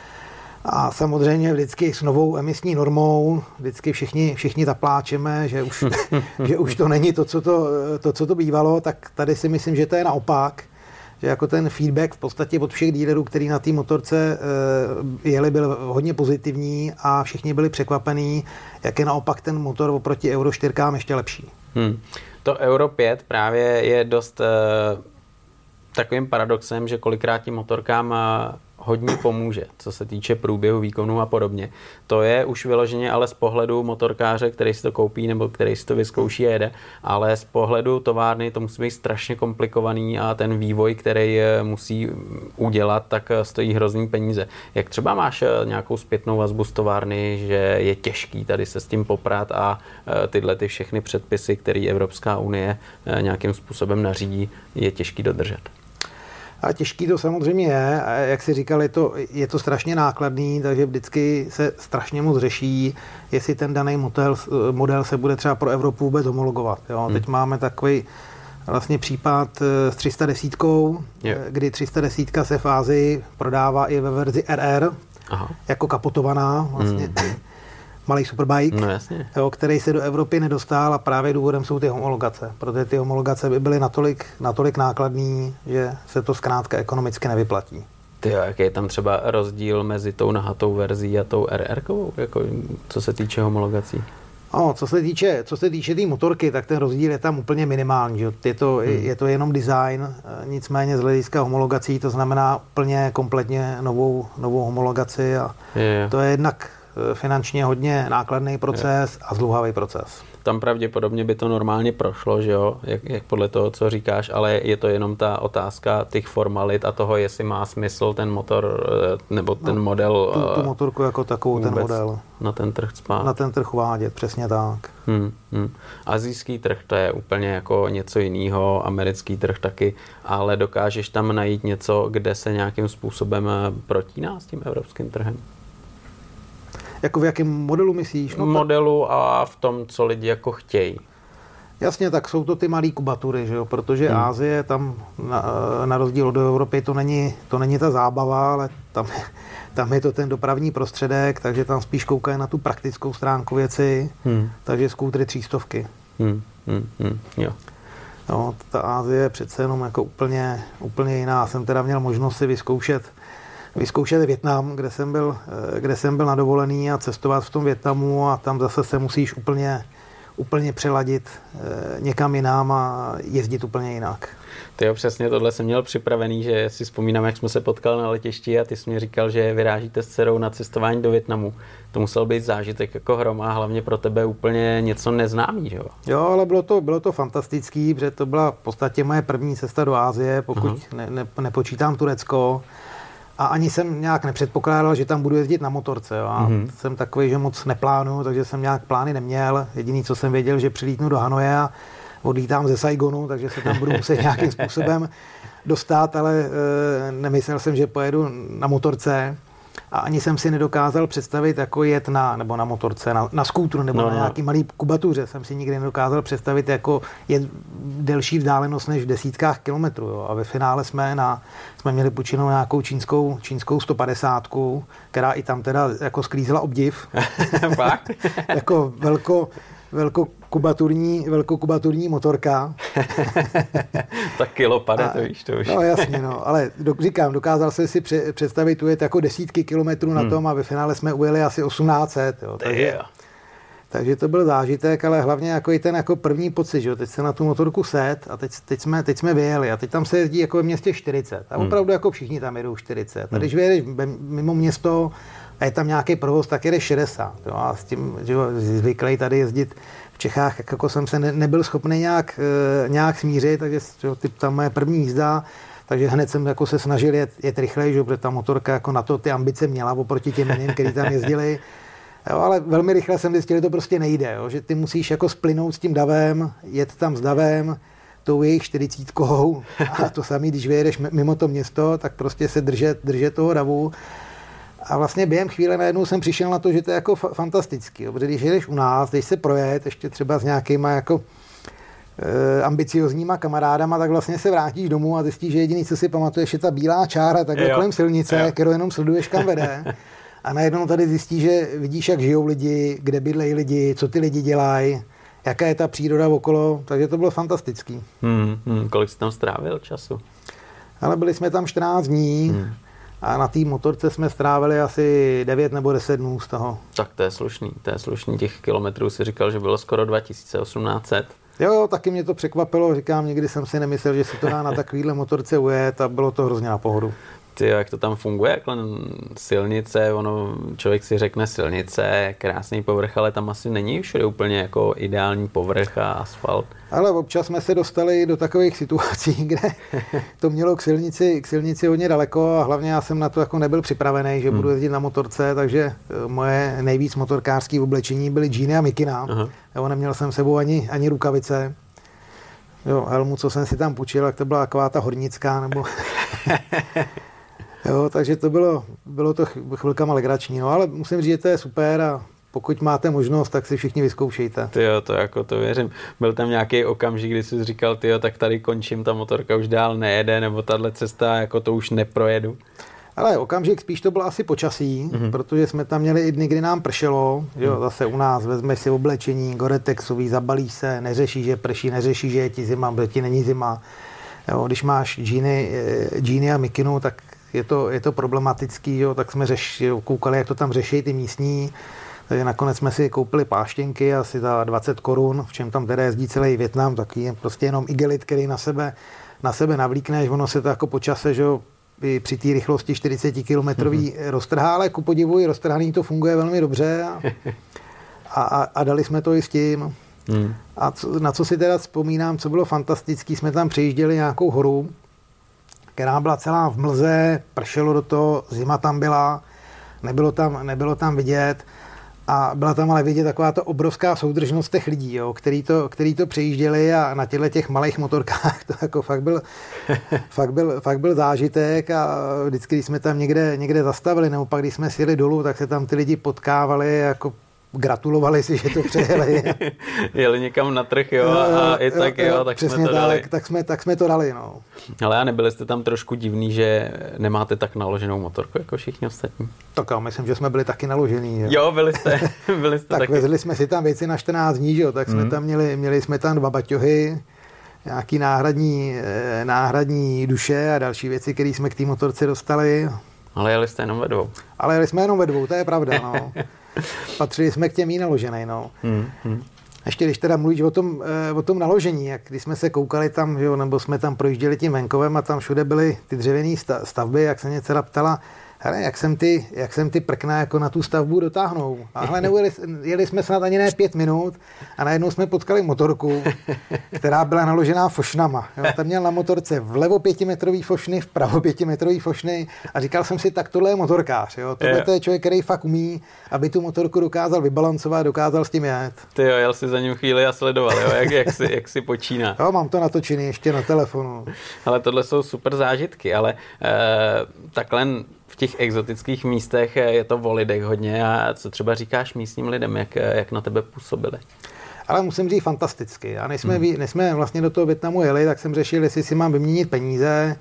A samozřejmě vždycky s novou emisní normou, vždycky všichni, všichni zapláčeme, že už, že už to není to co to, to, co to bývalo, tak tady si myslím, že to je naopak, že jako ten feedback v podstatě od všech dílerů, který na té motorce jeli, byl hodně pozitivní a všichni byli překvapení, jak je naopak ten motor oproti Euro čtyři ještě lepší. Hmm. To Euro pět právě je dost uh, takovým paradoxem, že kolikrát tím motorkám uh, hodně pomůže, co se týče průběhu výkonu a podobně. To je už vyloženě ale z pohledu motorkáře, který si to koupí nebo který si to vyzkouší a jede, ale z pohledu továrny to musí být strašně komplikovaný a ten vývoj, který musí udělat, tak stojí hrozný peníze. Jak třeba máš nějakou zpětnou vazbu z továrny, že je těžký tady se s tím poprat a tyhle ty všechny předpisy, které Evropská unie nějakým způsobem nařídí, je těžký dodržet? A těžký to samozřejmě je, a jak si říkal, je to, je to strašně nákladný, takže vždycky se strašně moc řeší, jestli ten daný model, model se bude třeba pro Evropu vůbec homologovat. Jo. Hmm. Teď máme takový vlastně případ s tři sta deset, yeah. kdy tři sta deset se v Ázii prodává i ve verzi R R, aha, jako kapotovaná vlastně. Hmm. Malý superbike, no jasně. Jo, který se do Evropy nedostal a právě důvodem jsou ty homologace, protože ty homologace by byly natolik, natolik nákladný, že se to zkrátka ekonomicky nevyplatí. Ty, jaký je tam třeba rozdíl mezi tou nahatou verzí a tou R R-kovou, jako, co se týče homologací? O, co se týče, co se týče té motorky, tak ten rozdíl je tam úplně minimální. Že? Je, to, hmm. je to jenom design, nicméně z hlediska homologací to znamená úplně kompletně novou, novou homologaci a je, je. To je jednak finančně hodně nákladný proces a zdlouhavý proces. Tam pravděpodobně by to normálně prošlo, že jo, jak, jak podle toho, co říkáš, ale je to jenom ta otázka těch formalit a toho, jestli má smysl ten motor nebo ten no, model. Tu, tu motorku jako takovou, ten model. Na ten trh spát. Na ten trh uvádět, přesně tak. Hmm, hmm. Asijský trh to je úplně jako něco jiného, americký trh taky, ale dokážeš tam najít něco, kde se nějakým způsobem protíná s tím evropským trhem? Jako v jakém modelu myslíš? No, modelu a v tom, co lidi jako chtějí. Jasně, tak jsou to ty malé kubatury, že jo? Protože hmm. Asie, tam na, na rozdíl od Evropy, to není, to není ta zábava, ale tam, tam je to ten dopravní prostředek, takže tam spíš koukají na tu praktickou stránku věci, hmm. takže skútry třístovky. Hmm. Hmm. Hmm. Jo. No, ta Asie je přece jenom jako úplně, úplně jiná. Jsem teda měl možnost si vyzkoušet vyzkoušet Vietnam, kde jsem byl, kde jsem byl na dovolený a cestovat v tom Vietnamu a tam zase se musíš úplně, úplně přeladit někam jinam a jezdit úplně jinak. Ty jo, přesně tohle jsem měl připravený, že si vzpomínám, jak jsme se potkali na letišti a ty jsi mi říkal, že vyrážíte s dcerou na cestování do Vietnamu. To musel být zážitek jako hrom a hlavně pro tebe úplně něco neznámý, že jo? Jo, ale bylo to, bylo to fantastický, protože to byla v podstatě moje první cesta do Asie, pokud uh-huh. ne, ne, nepočítám Turecko. A ani jsem nějak nepředpokládal, že tam budu jezdit na motorce. Jo. A mm-hmm. jsem takový, že moc neplánuju, takže jsem nějak plány neměl. Jediný, co jsem věděl, že přilítnu do Hanoje a odlítám ze Saigonu, takže se tam budu muset nějakým způsobem dostat, ale e, nemyslel jsem, že pojedu na motorce. A ani jsem si nedokázal představit, jako jet na, nebo na motorce, na, na skútru nebo no, na nějaký malý kubatuře. Jsem si nikdy nedokázal představit, jako jet delší vzdálenost než v desítkách kilometrů. Jo. A ve finále jsme, na, jsme měli půjčenou nějakou čínskou, čínskou sto padesátku, která i tam teda jako sklízela obdiv. Fakt? Jako velko, velkokubaturní, velkokubaturní motorka. Tak kilo pade, to víš, to už. No jasně, no, ale do, říkám, dokázal jsem si pře- představit ujet jako desítky kilometrů na hmm. tom a ve finále jsme ujeli asi osmnáct set, jo, takže, takže to byl zážitek, ale hlavně jako i ten jako první pocit, že jo, teď se na tu motorku set a teď, teď, jsme, teď jsme vyjeli a teď tam se jezdí jako ve městě čtyřicet a opravdu hmm. jako všichni tam jedou čtyřicet a když vyjedeš mimo město a je tam nějaký provoz, tak jede šedesát, jo, a s tím, že jo, zvyklý tady jezdit v Čechách, jako jsem se ne, nebyl schopný nějak, e, nějak smířit, takže jo, typ, tam moje první jízda, takže hned jsem jako se snažil jet, jet rychleji, že, protože ta motorka jako na to ty ambice měla oproti těm jiným, kteří tam jezdili. Jo, ale velmi rychle jsem zjistil, že to prostě nejde, jo, že ty musíš jako splynout s tím davem, jet tam s davem, tou jejich čtyřicítkou a to samé, když vyjedeš mimo to město, tak prostě se držet, držet toho davu. A vlastně během chvíle najednou jsem přišel na to, že to je jako fa- fantastický, jo, protože když jedeš u nás, když se projet ještě třeba s nějakýma jako e, ambiciozníma kamarádama, tak vlastně se vrátíš domů a zjistíš, že jediný, co si pamatuješ, je ta bílá čára takhle jo. kolem silnice, jo. kterou jenom sleduješ, kam vede. A najednou tady zjistíš, že vidíš, jak žijou lidi, kde bydlejí lidi, co ty lidi dělají, jaká je ta příroda okolo, takže to bylo fantastický. Hmm, hmm, kolik jsi tam strávil času? Ale byli jsme tam čtrnáct dní, hmm. a na té motorce jsme strávili asi devět nebo deset dnů z toho. Tak to je slušný, to je slušný. Těch kilometrů si říkal, že bylo skoro dva tisíce osm set. Jo, jo, taky mě to překvapilo. Říkám, nikdy jsem si nemyslel, že si to dá na takovýhle motorce ujet a bylo to hrozně na pohodu. Ty, jak to tam funguje, jako silnice, ono, člověk si řekne silnice, krásný povrch, ale tam asi není všude úplně jako ideální povrch a asfalt. Ale občas jsme se dostali do takových situací, kde to mělo k silnici, k silnici hodně daleko a hlavně já jsem na to jako nebyl připravený, že hmm. budu jezdit na motorce, takže moje nejvíc motorkářské oblečení byly džíny a mikina. Uh-huh. Jo, neměl jsem sebou ani, ani rukavice. Jo, helmu, co jsem si tam půjčil, tak to byla taková ta hornická, nebo... Jo, takže to bylo, bylo to chvilkama legrační, no, ale musím říct, že to je super a pokud máte možnost, tak si všichni vyzkoušejte. Tyjo, to jako to věřím. Byl tam nějaký okamžik, kdy jsi říkal, tyjo, tak tady končím, ta motorka už dál nejede, nebo tahle cesta, jako to už neprojedu? Ale okamžik spíš to bylo asi počasí, mm-hmm. protože jsme tam měli i dny, kdy nám pršelo, jo, mm. zase u nás vezmeš si oblečení, Gore-Texový, zabalíš se, neřešíš, že prší, neřešíš, že je ti zima, protože ti není zima. Jo, když máš džíny, džíny a mikinu, tak je to, je to problematický, jo, tak jsme řeš, jo, koukali, jak to tam řeší ty místní, takže nakonec jsme si koupili pláštěnky asi za dvacet korun, v čem tam teda jezdí celý Vietnam, taky je prostě jenom igelit, který na sebe, na sebe navlíkneš, ono se to jako po čase, že jo, při té rychlosti čtyřicet kilometrový mm-hmm. roztrhá, ale ku podivu i roztrhaný to funguje velmi dobře a, a, a dali jsme to i s tím. Mm. A co, na co si teda vzpomínám, co bylo fantastický, jsme tam přejížděli nějakou horu, která byla celá v mlze, pršelo do toho, zima tam byla, nebylo tam, nebylo tam vidět a byla tam ale vidět taková to obrovská soudržnost těch lidí, jo, který, to, který to přejížděli a na těchto těch malých motorkách to jako fakt byl, fakt byl, fakt byl zážitek a vždycky, když jsme tam někde, někde zastavili, nebo pak když jsme sjeli dolů, tak se tam ty lidi potkávali jako gratulovali si, že to přejeli. Jeli někam na trh, jo, a i tak, jo, tak přesně jsme to dali. Tak, tak, jsme, tak jsme to dali, no. Ale a nebyli jste tam trošku divný, že nemáte tak naloženou motorku jako všichni ostatní? Tak já myslím, že jsme byli taky naložený. Jo, jo byli jste, byli jste tak taky. vezli jsme si tam věci na čtrnáct dní, jo, tak jsme mm. tam měli, měli jsme tam dva baťohy, nějaký náhradní, náhradní duše a další věci, které jsme k té motorce dostali. Ale jeli jste jenom ve dvou. Ale jeli jsme jenom ve dvou, to je pravda, no. Patřili jsme k těm jí naloženej, no. Hmm, hmm. Ještě když teda mluvíš o tom, o tom naložení, jak když jsme se koukali tam, jo, nebo jsme tam projížděli tím venkovem a tam všude byly ty dřevěné stavby, jak se mě dcera ptala, hele, jak jsem ty, jak jsem ty prkna jako na tu stavbu dotáhnou. A hle, neujeli, jeli jsme snad ani ne pět minut a najednou jsme potkali motorku, která byla naložená fošnama. Jo, tam měl na motorce vlevo pětimetrový fošny, vpravo pětimetrový fošny a říkal jsem si, tak tohle je motorkář. Jo. Tohle to je člověk, který fakt umí, aby tu motorku dokázal vybalancovat, dokázal s tím jet. Ty jo, jel si za ním chvíli a sledoval, jo, jak, jak, si, jak si počíná. Jo, mám to natočený ještě na telefonu. Ale tohle jsou super zážitky, ale eh, takhle v těch exotických místech je to o lidech hodně a co třeba říkáš místním lidem, jak, jak na tebe působili? Ale musím říct fantasticky. A než jsme, hmm. než jsme vlastně do toho Vietnamu jeli, tak jsem řešil, jestli si mám vyměnit peníze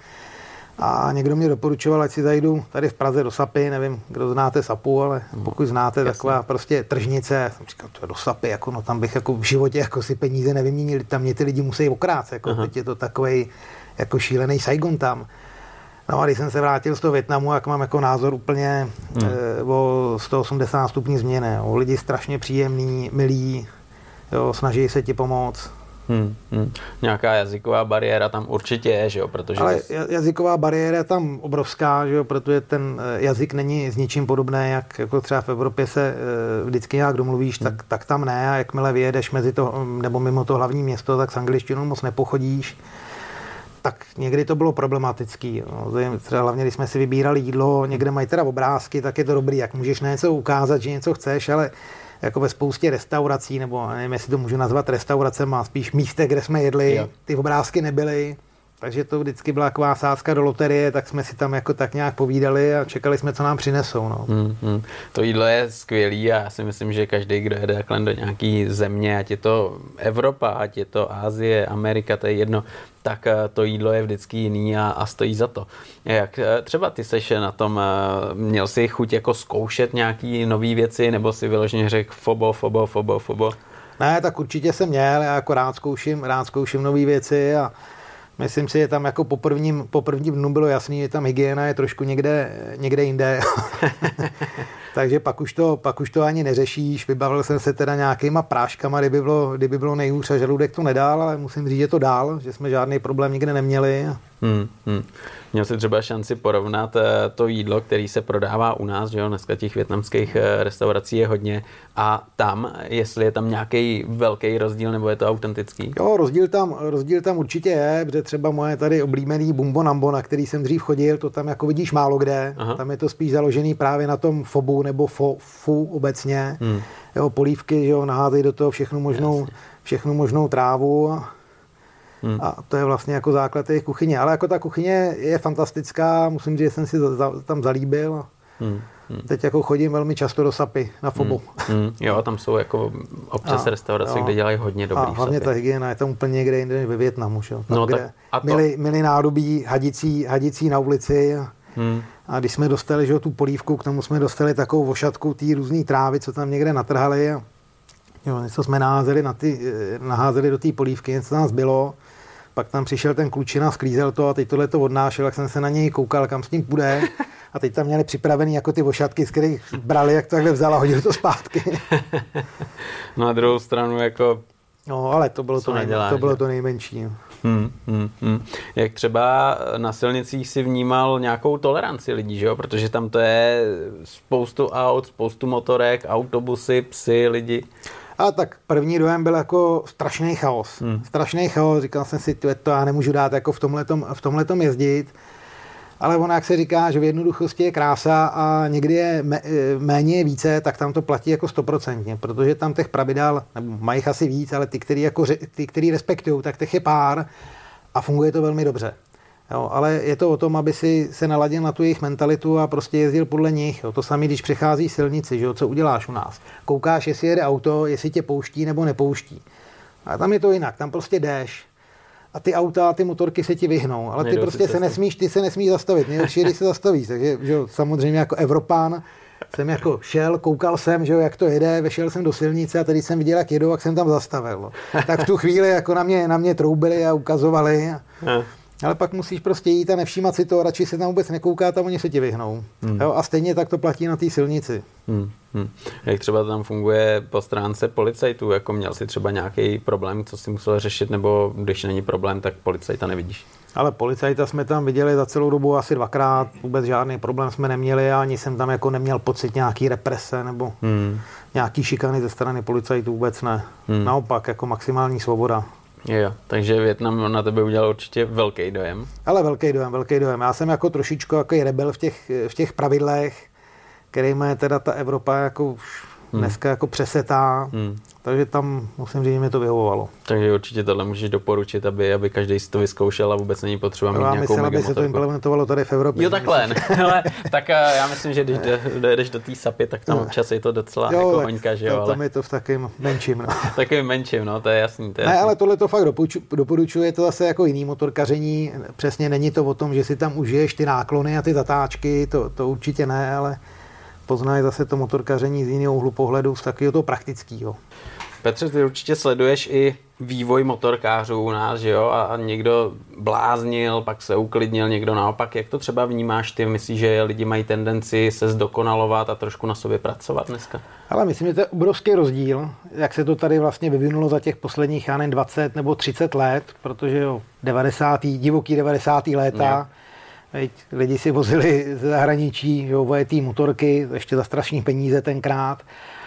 a někdo mě doporučoval, ať si zajdu tady v Praze do Sapy, nevím, kdo znáte Sapu, ale pokud znáte, jasně, taková prostě tržnice, já jsem říkal, to je do Sapy, jako, no tam bych jako v životě jako si peníze nevyměnil, tam mě ty lidi musí okrát, jako, teď je to takovej jako šílený Saigon tam. No a když jsem se vrátil z toho Vietnamu, jak mám jako názor úplně hmm. e, o sto osmdesát stupňů změny. O lidi strašně příjemný, milí, jo, snaží se ti pomoct. Hmm, hmm. Nějaká jazyková bariéra tam určitě je, že jo? Protože ale jazyková bariéra je tam obrovská, že jo? Protože ten jazyk není s ničím podobný, jak jako třeba v Evropě se vždycky nějak domluvíš, hmm. tak, tak tam ne. A jakmile vyjedeš mezi to, nebo mimo to hlavní město, tak s angličtinou moc nepochodíš. Tak někdy to bylo problematický. No. Třeba hlavně, když jsme si vybírali jídlo, někde mají teda obrázky, tak je to dobrý, jak můžeš na něco ukázat, že něco chceš, ale jako ve spoustě restaurací, nebo nevím, jestli to můžu nazvat restauracemi, a spíš místech, kde jsme jedli, jo. Ty obrázky nebyly, takže to vždycky byla taková sázka do loterie, tak jsme si tam jako tak nějak povídali a čekali jsme, co nám přinesou. No. Hmm, hmm. To jídlo je skvělý a já si myslím, že každý, kdo jede takhle do nějaký země, ať je to Evropa, ať je to Asie, Amerika, to je jedno, tak to jídlo je vždycky jiný a, a stojí za to. Jak třeba ty seš na tom, měl jsi chuť jako zkoušet nějaký nový věci, nebo si vyloženě řekl fobo, fobo, fobo, fobo? Ne, tak určitě jsem měl, já jako rád zkouším, rád zkouším nový věci a myslím si, že tam jako po prvním, po prvním dnu bylo jasný, že tam hygiena je trošku někde, někde jinde. Takže pak už, to, pak už to ani neřešíš. Vybavil jsem se teda nějakýma práškama, kdyby bylo, kdyby bylo nejhůř a žaludek to nedál, ale musím říct, že to dál, že jsme žádný problém nikde neměli. Hmm, hmm. Měl jsi třeba šanci porovnat to jídlo, který se prodává u nás, že jo, dneska těch vietnamských restaurací je hodně, a tam, jestli je tam nějaký velký rozdíl, nebo je to autentický? Jo, rozdíl tam, rozdíl tam určitě je, protože třeba moje tady oblíbený Bumbo Nambo, na který jsem dřív chodil, to tam jako vidíš málo kde. Aha. Tam je to spíš založený právě na tom fobu nebo fo, fu obecně. Hmm. Jo, polívky, že jo, naházejí do toho všechnu možnou, všechnu možnou trávu. Hmm. A to je vlastně jako základ jejich kuchyně. Ale jako ta kuchyně je fantastická, musím říct, že jsem si za, tam zalíbil. Hmm. Hmm. Teď jako chodím velmi často do Sapy na fobu. Hmm. Hmm. Jo, tam jsou jako občas a, restaurace, jo, kde dělají hodně dobrý a hlavně Sapy. Ta hygiena je tam úplně někde jinde než ve Vietnamu. Tam, no, kde tak a to... Mili, mili nádobí, hadicí, hadicí na ulici. Hmm. A když jsme dostali, že, tu polívku, k tomu jsme dostali takovou vošatku té různé trávy, co tam někde natrhali. A jo, něco jsme naházeli, na ty, naházeli do té polívky, něco nás bylo. Pak tam přišel ten klučina, sklízel to a teď tohle to odnášel, jak jsem se na něj koukal, kam s tím půjde. A teď tam měli připravený jako ty vošatky, z kterých brali, jak to takhle vzal a hodili to zpátky. Na druhou stranu jako... No, ale to bylo, to, nejmen, to, bylo to nejmenší. Hmm, hmm, hmm. Jak třeba na silnicích si vnímal nějakou toleranci lidí, že jo? Protože tam to je spoustu aut, spoustu motorek, autobusy, psy, lidi. A tak první dojem byl jako strašný chaos. Hmm. Strašný chaos, říkal jsem si, to já nemůžu dát jako v tomhletom, v tomhletom jezdit. Ale ono, jak se říká, že v jednoduchosti je krása a někdy je méně je více, tak tam to platí jako stoprocentně, protože tam těch pravidel, nebo mají asi víc, ale ty, který, jako, ty, který respektují, tak těch je pár a funguje to velmi dobře. Jo, ale je to o tom, aby si se naladil na tu jejich mentalitu a prostě jezdil podle nich. Jo. To samé, když přechází silnici, že jo, co uděláš u nás. Koukáš, jestli jede auto, jestli tě pouští nebo nepouští. A tam je to jinak, tam prostě jdeš. A ty auta, ty motorky se ti vyhnou, ale ty Nejdou prostě se nesmíš, ty se nesmíš zastavit. Nejlepší, když se zastavíš. Takže že jo, samozřejmě jako Evropán jsem jako šel, koukal jsem, že jo, jak to jede, vešel jsem do silnice a tady jsem viděl, jak jedou, jak jsem tam zastavil. Tak v tu chvíli jako na mě, na mě troubili a ukazovali. A, Ale pak musíš prostě jít a nevšímat si to, radši se tam vůbec nekoukat a oni se ti vyhnou. Hmm. Jo, a stejně tak to platí na té silnici. Hmm. Hmm. Jak třeba tam funguje po stránce policajtů, jako měl si třeba nějaký problém, co si musel řešit, nebo když není problém, tak policajta nevidíš? Ale policajta jsme tam viděli za celou dobu asi dvakrát, vůbec žádný problém jsme neměli a ani jsem tam jako neměl pocit nějaký represe nebo hmm. nějaký šikany ze strany policajtů, vůbec ne. Hmm. Naopak, jako maximální svoboda. Jo, takže Vietnam na tebe udělal určitě velký dojem. Ale velký dojem, velký dojem. Já jsem jako trošičku jako rebel v těch, v těch pravidlech, kterými je teda ta Evropa jako už hmm. dneska jako přesetá, hmm. takže tam musím říct, že mi to vyhovovalo. Takže určitě tohle můžeš doporučit, aby, aby každý si to vyzkoušel a vůbec není potřeba mít nějakou myslím, aby se to implementovalo tady v Evropě. Jo, takhle. Ale, tak já myslím, že když jdeš do té sapy, tak tam občas je to docela jo, jako hoňka, že jo. To, ale... Tam je to v takým menším. No. Takým menším, no, to je jasný. To je ne, jasný. Ale tohle to fakt doporučuji, je to zase jako jiný motorkaření. Přesně není to o tom, že si tam užiješ ty náklony a ty zatáčky, to, to určitě ne, ale poznají zase to motorkaření z jiného úhlu pohledu, z takového toho praktického. Petře, ty určitě sleduješ i vývoj motorkářů u nás, že jo? A někdo bláznil, pak se uklidnil, někdo naopak. Jak to třeba vnímáš ty? Myslíš, že lidi mají tendenci se zdokonalovat a trošku na sobě pracovat dneska? Ale myslím, že to je obrovský rozdíl, jak se to tady vlastně vyvinulo za těch posledních, já nevím, dvacet nebo třicet let, protože jo, devadesátá divoký devadesátá léta, veď, lidi si vozili ze zahraničí, jo, vojetý motorky, ještě za strašný peníze tenkrát.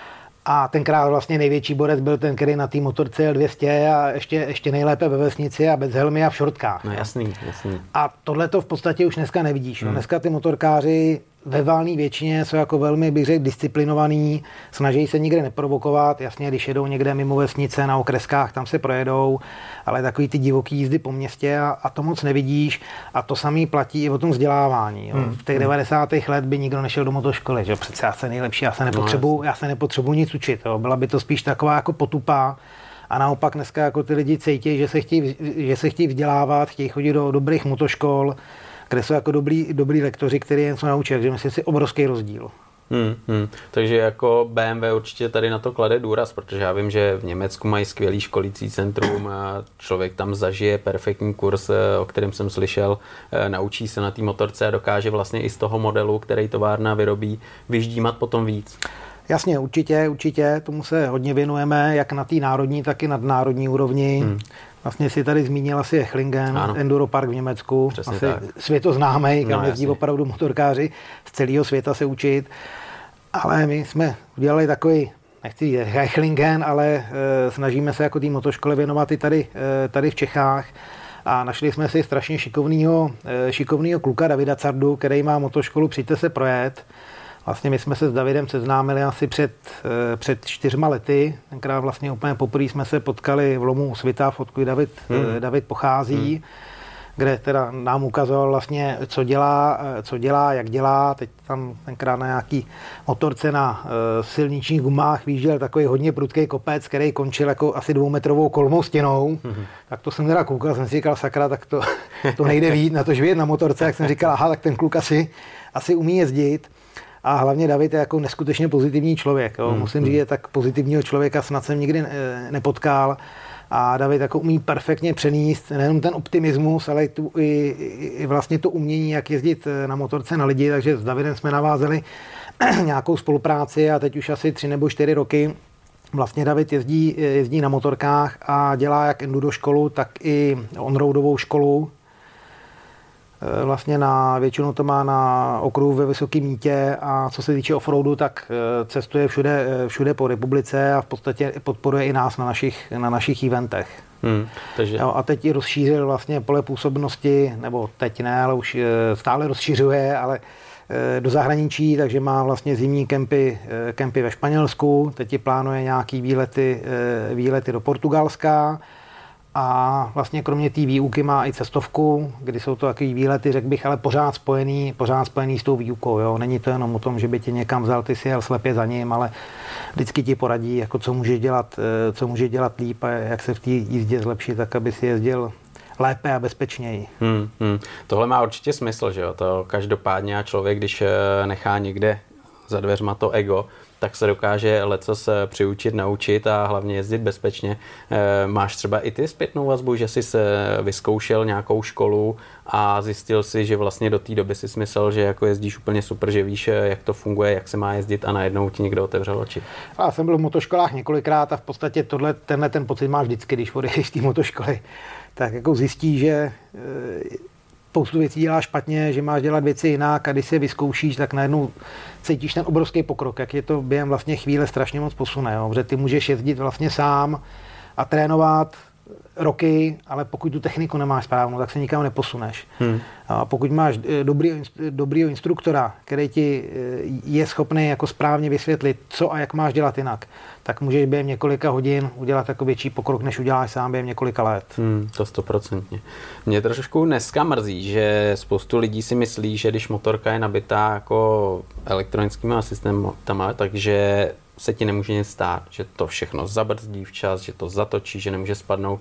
A tenkrát vlastně největší borec byl ten, který na té motorce jel dvě stě a ještě, ještě nejlépe ve vesnici a bez helmy a v šortkách. No jasný, jasný. A tohle to v podstatě už dneska nevidíš. Hmm. Dneska ty motorkáři ve valné většině jsou jako velmi, bych řekl, disciplinovaný, snaží se nikde neprovokovat, jasně, když jedou někde mimo vesnice na okreskách, tam se projedou, ale takový ty divoký jízdy po městě a, a to moc nevidíš a to samý platí i o tom vzdělávání. Jo. Hmm. V těch devadesátých let by nikdo nešel do motoškoly, že přece já jsem nejlepší, já se nepotřebuji, no, já se nepotřebuji nic učit, jo. Byla by to spíš taková jako potupa. A naopak dneska jako ty lidi cítí, že se chtějí, že se chtějí vzdělávat, chtějí chodit do dobrých motoškol, kde jsou jako dobrý, dobrý lektoři, kteří něco naučí, takže myslím si obrovský rozdíl. Hmm, hmm. Takže jako B M W určitě tady na to klade důraz, protože já vím, že v Německu mají skvělý školící centrum a člověk tam zažije perfektní kurz, o kterém jsem slyšel, naučí se na té motorce a dokáže vlastně i z toho modelu, který továrna vyrobí, vyždímat potom víc. Jasně, určitě, určitě, tomu se hodně věnujeme, jak na té národní, tak i nadnárodní úrovni. Hmm. Vlastně si tady zmínil asi Echlingen, ano. Enduro Park v Německu, přesně asi tak. Světoznámej, kam no, jezdí opravdu motorkáři z celého světa se učit. Ale my jsme udělali takový, nechci říct Echlingen, ale e, snažíme se jako té motoškole věnovat i tady, e, tady v Čechách. A našli jsme si strašně šikovného, e, šikovného kluka Davida Cardu, který má motoškolu Přijďte se projet. Vlastně my jsme se s Davidem seznámili asi před, před čtyřma lety. Tenkrát vlastně úplně poprvé jsme se potkali v Lomu u Svitav, odkud David, hmm. David pochází, hmm. kde teda nám ukazoval vlastně, co dělá, co dělá, jak dělá. Teď tam tenkrát na nějaký motorce na uh, silničních gumách výjížděl takový hodně prudký kopec, který končil jako asi dvoumetrovou kolmou stěnou. Hmm. Tak to jsem teda koukal, jsem si říkal, sakra, tak to, to nejde vyjít, na to žvět na motorce. Jak jsem říkal, aha, tak ten kluk asi, asi umí jezdit. A hlavně David je jako neskutečně pozitivní člověk. Jo. Hmm. Musím říct, že tak pozitivního člověka snad jsem nikdy nepotkal. A David jako umí perfektně přenést nejenom ten optimismus, ale i, tu, i, i vlastně to umění, jak jezdit na motorce na lidi. Takže s Davidem jsme navázali nějakou spolupráci a teď už asi tři nebo čtyři roky vlastně David jezdí, jezdí na motorkách a dělá jak enduro školu, tak i on-roadovou školu. Vlastně na, většinou to má na okruhu ve Vysokém Mýtě a co se týče offroadu, tak cestuje všude, všude po republice a v podstatě podporuje i nás na našich, na našich eventech. Hmm, takže... jo, a teď i rozšířil vlastně pole působnosti, nebo teď ne, ale už stále rozšiřuje, ale do zahraničí, takže má vlastně zimní kempy, kempy ve Španělsku, teď i plánuje nějaký výlety, výlety do Portugalska. A vlastně kromě té výuky má i cestovku, kdy jsou to takový výlety, řekl bych, ale pořád spojený, pořád spojený s tou výukou. Jo? Není to jenom o tom, že by tě někam vzal, ty si jel slepě za ním, ale vždycky ti poradí, jako co můžeš dělat, co můžeš dělat líp a jak se v té jízdě zlepšit, tak aby si jezdil lépe a bezpečněji. Hmm, hmm. Tohle má určitě smysl, že jo? To každopádně člověk, když nechá někde za dveřma to ego, tak se dokáže lecos přiučit, naučit a hlavně jezdit bezpečně. Máš třeba i ty zpětnou vazbu, že jsi se vyzkoušel nějakou školu a zjistil si, že vlastně do té doby si myslel, že jako jezdíš úplně super, že víš, jak to funguje, jak se má jezdit a najednou ti někdo otevřel oči. Já jsem byl v motoškolách několikrát a v podstatě tohle, tenhle ten pocit máš vždycky, když odejdeš z té motoškoly. Tak jako zjistíš, že spoustu věcí děláš špatně, že máš dělat věci jinak a když si je vyzkoušíš, tak najednou cítíš ten obrovský pokrok, jak je to během vlastně chvíle strašně moc posune, jo? Protože ty můžeš jezdit vlastně sám a trénovat roky, ale pokud tu techniku nemáš správnou, tak se nikam neposuneš. Hmm. A pokud máš dobrýho, dobrýho instruktora, který ti je schopný jako správně vysvětlit, co a jak máš dělat jinak, tak můžeš během několika hodin udělat jako větší pokrok, než uděláš sám během několika let. Hmm, to stoprocentně. Mě trošku dneska mrzí, že spoustu lidí si myslí, že když motorka je nabitá jako elektronickými asistentama, takže se ti nemůže nic stát, že to všechno zabrzdí včas, že to zatočí, že nemůže spadnout.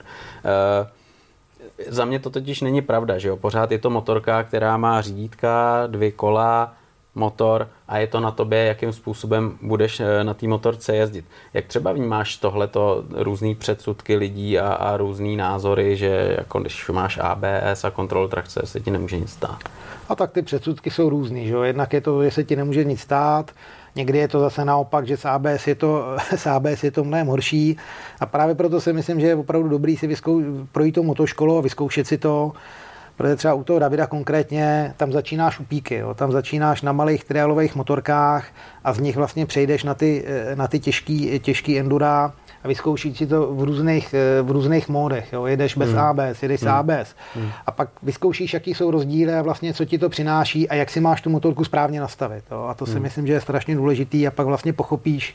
E, za mě to totiž není pravda, že jo? Pořád je to motorka, která má řídítka, dvě kola, motor a je to na tobě, jakým způsobem budeš na té motorce jezdit. Jak třeba vnímáš tohleto různý předsudky lidí a, a různý názory, že jako když máš A B S a kontrolu trakce, se ti nemůže nic stát? A tak ty předsudky jsou různý, že jo? Jednak je to, že se ti nemůže nic stát, někdy je to zase naopak, že s A B S je to, s A B S je to mnohem horší a právě proto si myslím, že je opravdu dobrý si vyskou, projít tou motoškolu a vyzkoušet si to, protože třeba u toho Davida konkrétně, tam začínáš u píky, jo? Tam začínáš na malých trialových motorkách a z nich vlastně přejdeš na ty, na ty těžký, těžký endura a vyzkoušíš si to v různých, v různých módech. Jo? Jedeš bez hmm. A B S, jedeš hmm. s A B S hmm. a pak vyzkoušíš, jaký jsou rozdíly a vlastně co ti to přináší a jak si máš tu motorku správně nastavit. Jo? A to si hmm. myslím, že je strašně důležitý a pak vlastně pochopíš,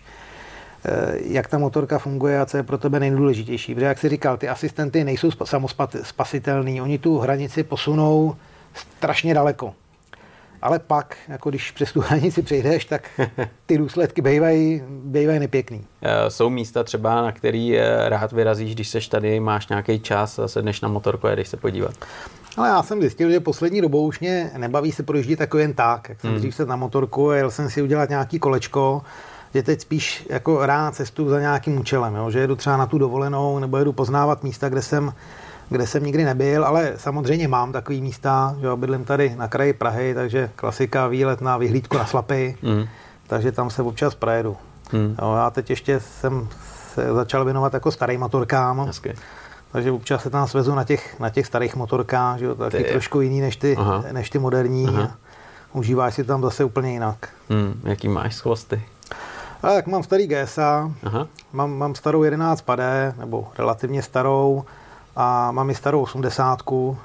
jak ta motorka funguje a co je pro tebe nejdůležitější. Protože jak jsi říkal, ty asistenty nejsou samospasitelný, oni tu hranici posunou strašně daleko. Ale pak, jako když přes tu hranici přejdeš, tak ty důsledky bývají, bývají nepěkný. Jsou místa třeba, na který rád vyrazíš, když seš tady, máš nějaký čas a sedneš na motorku a jdeš se podívat? Ale já jsem zjistil, že poslední dobou už mě nebaví se projíždět jako jen tak. Jak jsem hmm. dřív se na motorku a jel jsem si udělat nějaký kolečko, že teď spíš jako rád cestuju za nějakým účelem, jo? Že jedu třeba na tu dovolenou nebo jedu poznávat místa, kde jsem, kde jsem nikdy nebyl, ale samozřejmě mám takový místa, že bydlím tady na kraji Prahy, takže klasika výlet na vyhlídku na Slapy, mm. takže tam se občas projedu. Mm. Jo, já teď ještě jsem se začal věnovat jako starým motorkám, Hezky. takže občas se tam svezu na těch, na těch starých motorkách, že jo, taky ty trošku jiný než ty, než ty moderní. Aha. Užíváš si tam zase úplně jinak. Mm. Jaký máš schvosty? Ale tak mám starý G S A, mám, mám starou jedenáct P D, nebo relativně starou, a mám i starou osmdesátku.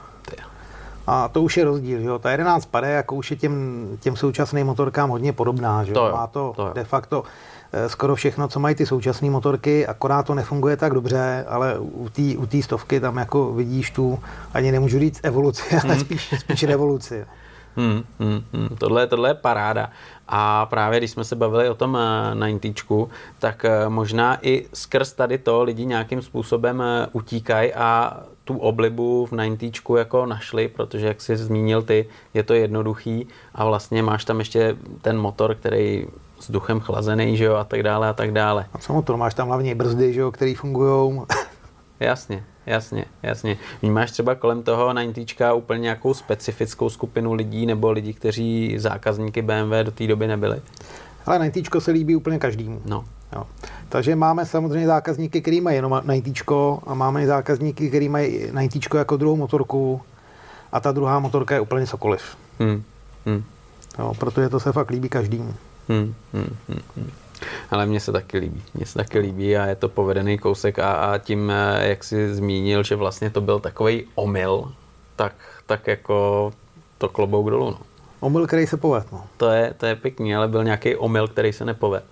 A to už je rozdíl, že jo? Ta jedenáct P D jako už je těm, těm současným motorkám hodně podobná, že jo? To Má to, to de facto skoro všechno, co mají ty současné motorky, akorát to nefunguje tak dobře, ale u té u té stovky tam jako vidíš tu, ani nemůžu říct evoluci, ale hmm. spíš, spíš revoluci. Hmm, hmm, hmm. Tohle, tohle je paráda. A právě když jsme se bavili o tom devadesáti, tak možná i skrz tady to lidi nějakým způsobem utíkají a tu oblibu v devadesáti jako našli, protože jak jsi zmínil ty, je to jednoduchý a vlastně máš tam ještě ten motor, který vzduchem chlazený, že jo, a tak dále a tak dále. A co motor? Máš tam hlavně brzdy, že jo, který fungujou. Jasně. Jasně, jasně. Máš třeba kolem toho devadesáti úplně nějakou specifickou skupinu lidí nebo lidí, kteří zákazníky B M W do té doby nebyli? Ale devadesáti se líbí úplně každému. No. Jo. Takže máme samozřejmě zákazníky, kteří mají jenom devadesáti a máme zákazníky, kteří mají devadesáti jako druhou motorku a ta druhá motorka je úplně cokoliv. Hmm. Hmm. Jo, protože to se fakt líbí každému. Hmm. Hmm. Hmm. Ale mně se taky líbí. Mně se taky líbí a je to povedený kousek a, a tím, jak jsi zmínil, že vlastně to byl takovej omyl, tak, tak jako to klobouk dolů. No. Omyl, který se povedl. No. To je, to je pěkný, ale byl nějaký omyl, který se nepovedl.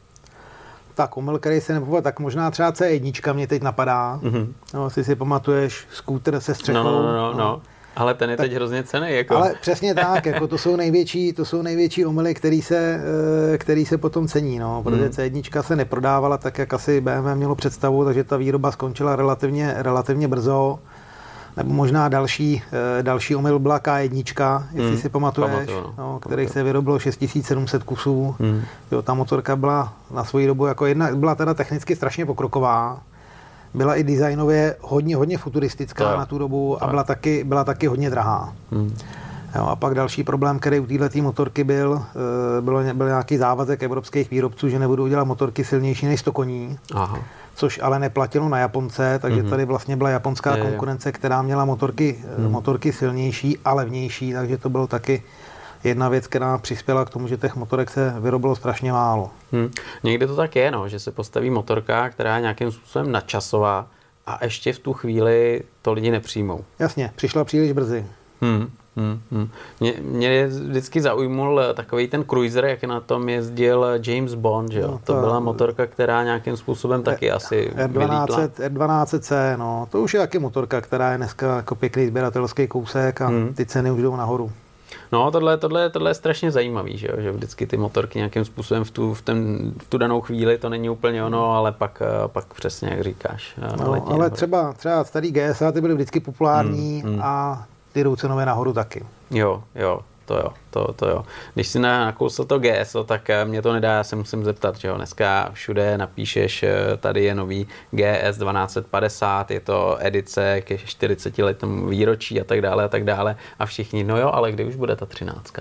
Tak omyl, který se nepovedl, tak možná třeba C jedna mě teď napadá. Mm-hmm. No, si si pamatuješ, skúter se střechou. No, no, no, no. no. Ale ten je tak, teď hrozně cenný. Jako. Ale přesně tak, jako to jsou největší, to jsou největší omyly, který se, který se potom cení, no, protože hmm. C jedna se neprodávala tak, jak asi B M W mělo představu, takže ta výroba skončila relativně, relativně brzo Nebo možná další, další omyl byla K jedna, jestli hmm, si pamatuješ, pamatuju, no. No, který se vyrobilo šest tisíc sedm set kusů. Hmm. Jo, ta motorka byla na svoji dobu jako jedna, byla teda technicky strašně pokroková. Byla i designově hodně, hodně futuristická to, na tu dobu to. a byla taky, byla taky hodně drahá. Hmm. Jo, a pak další problém, který u této motorky byl, bylo, byl nějaký závazek evropských výrobců, že nebudou dělat motorky silnější než sto koní. Aha. Což ale neplatilo na Japonce, takže mm-hmm. tady vlastně byla japonská je, konkurence, která měla motorky, mm. motorky silnější a levnější, takže to bylo taky jedna věc, která přispěla k tomu, že těch motorek se vyrobilo strašně málo. Hmm. Někdy to tak je, no, že se postaví motorka, která je nějakým způsobem nadčasová a ještě v tu chvíli to lidi nepřijmou. Jasně, přišla příliš brzy. Hmm. Hmm, hmm. Mě, mě vždycky zaujmul takový ten cruiser, jak na tom jezdil James Bond, že jo? No to, to byla motorka, která nějakým způsobem taky R, asi R dvanáct, R dvanáct C, no. To už je taky motorka, která je dneska jako pěkný sběratelský kousek a hmm. ty ceny už jdou nahoru. No, tohle, tohle, tohle je strašně zajímavý, že jo? Že vždycky ty motorky nějakým způsobem v tu, v ten, v tu danou chvíli to není úplně ono, ale pak, pak přesně, jak říkáš. No, ale třeba, třeba starý G S A ty byly vždycky populární hmm, hmm. a ty jdou cenově nahoru taky. Jo, jo, to jo, to, to jo. Když si nakousl to G S O, tak mě to nedá, já se musím zeptat, že jo, dneska všude napíšeš, tady je nový G S dvanáct padesát, je to edice ke čtyřicetiletému výročí a tak dále a tak dále a všichni, no jo, ale kdy už bude ta třináctka?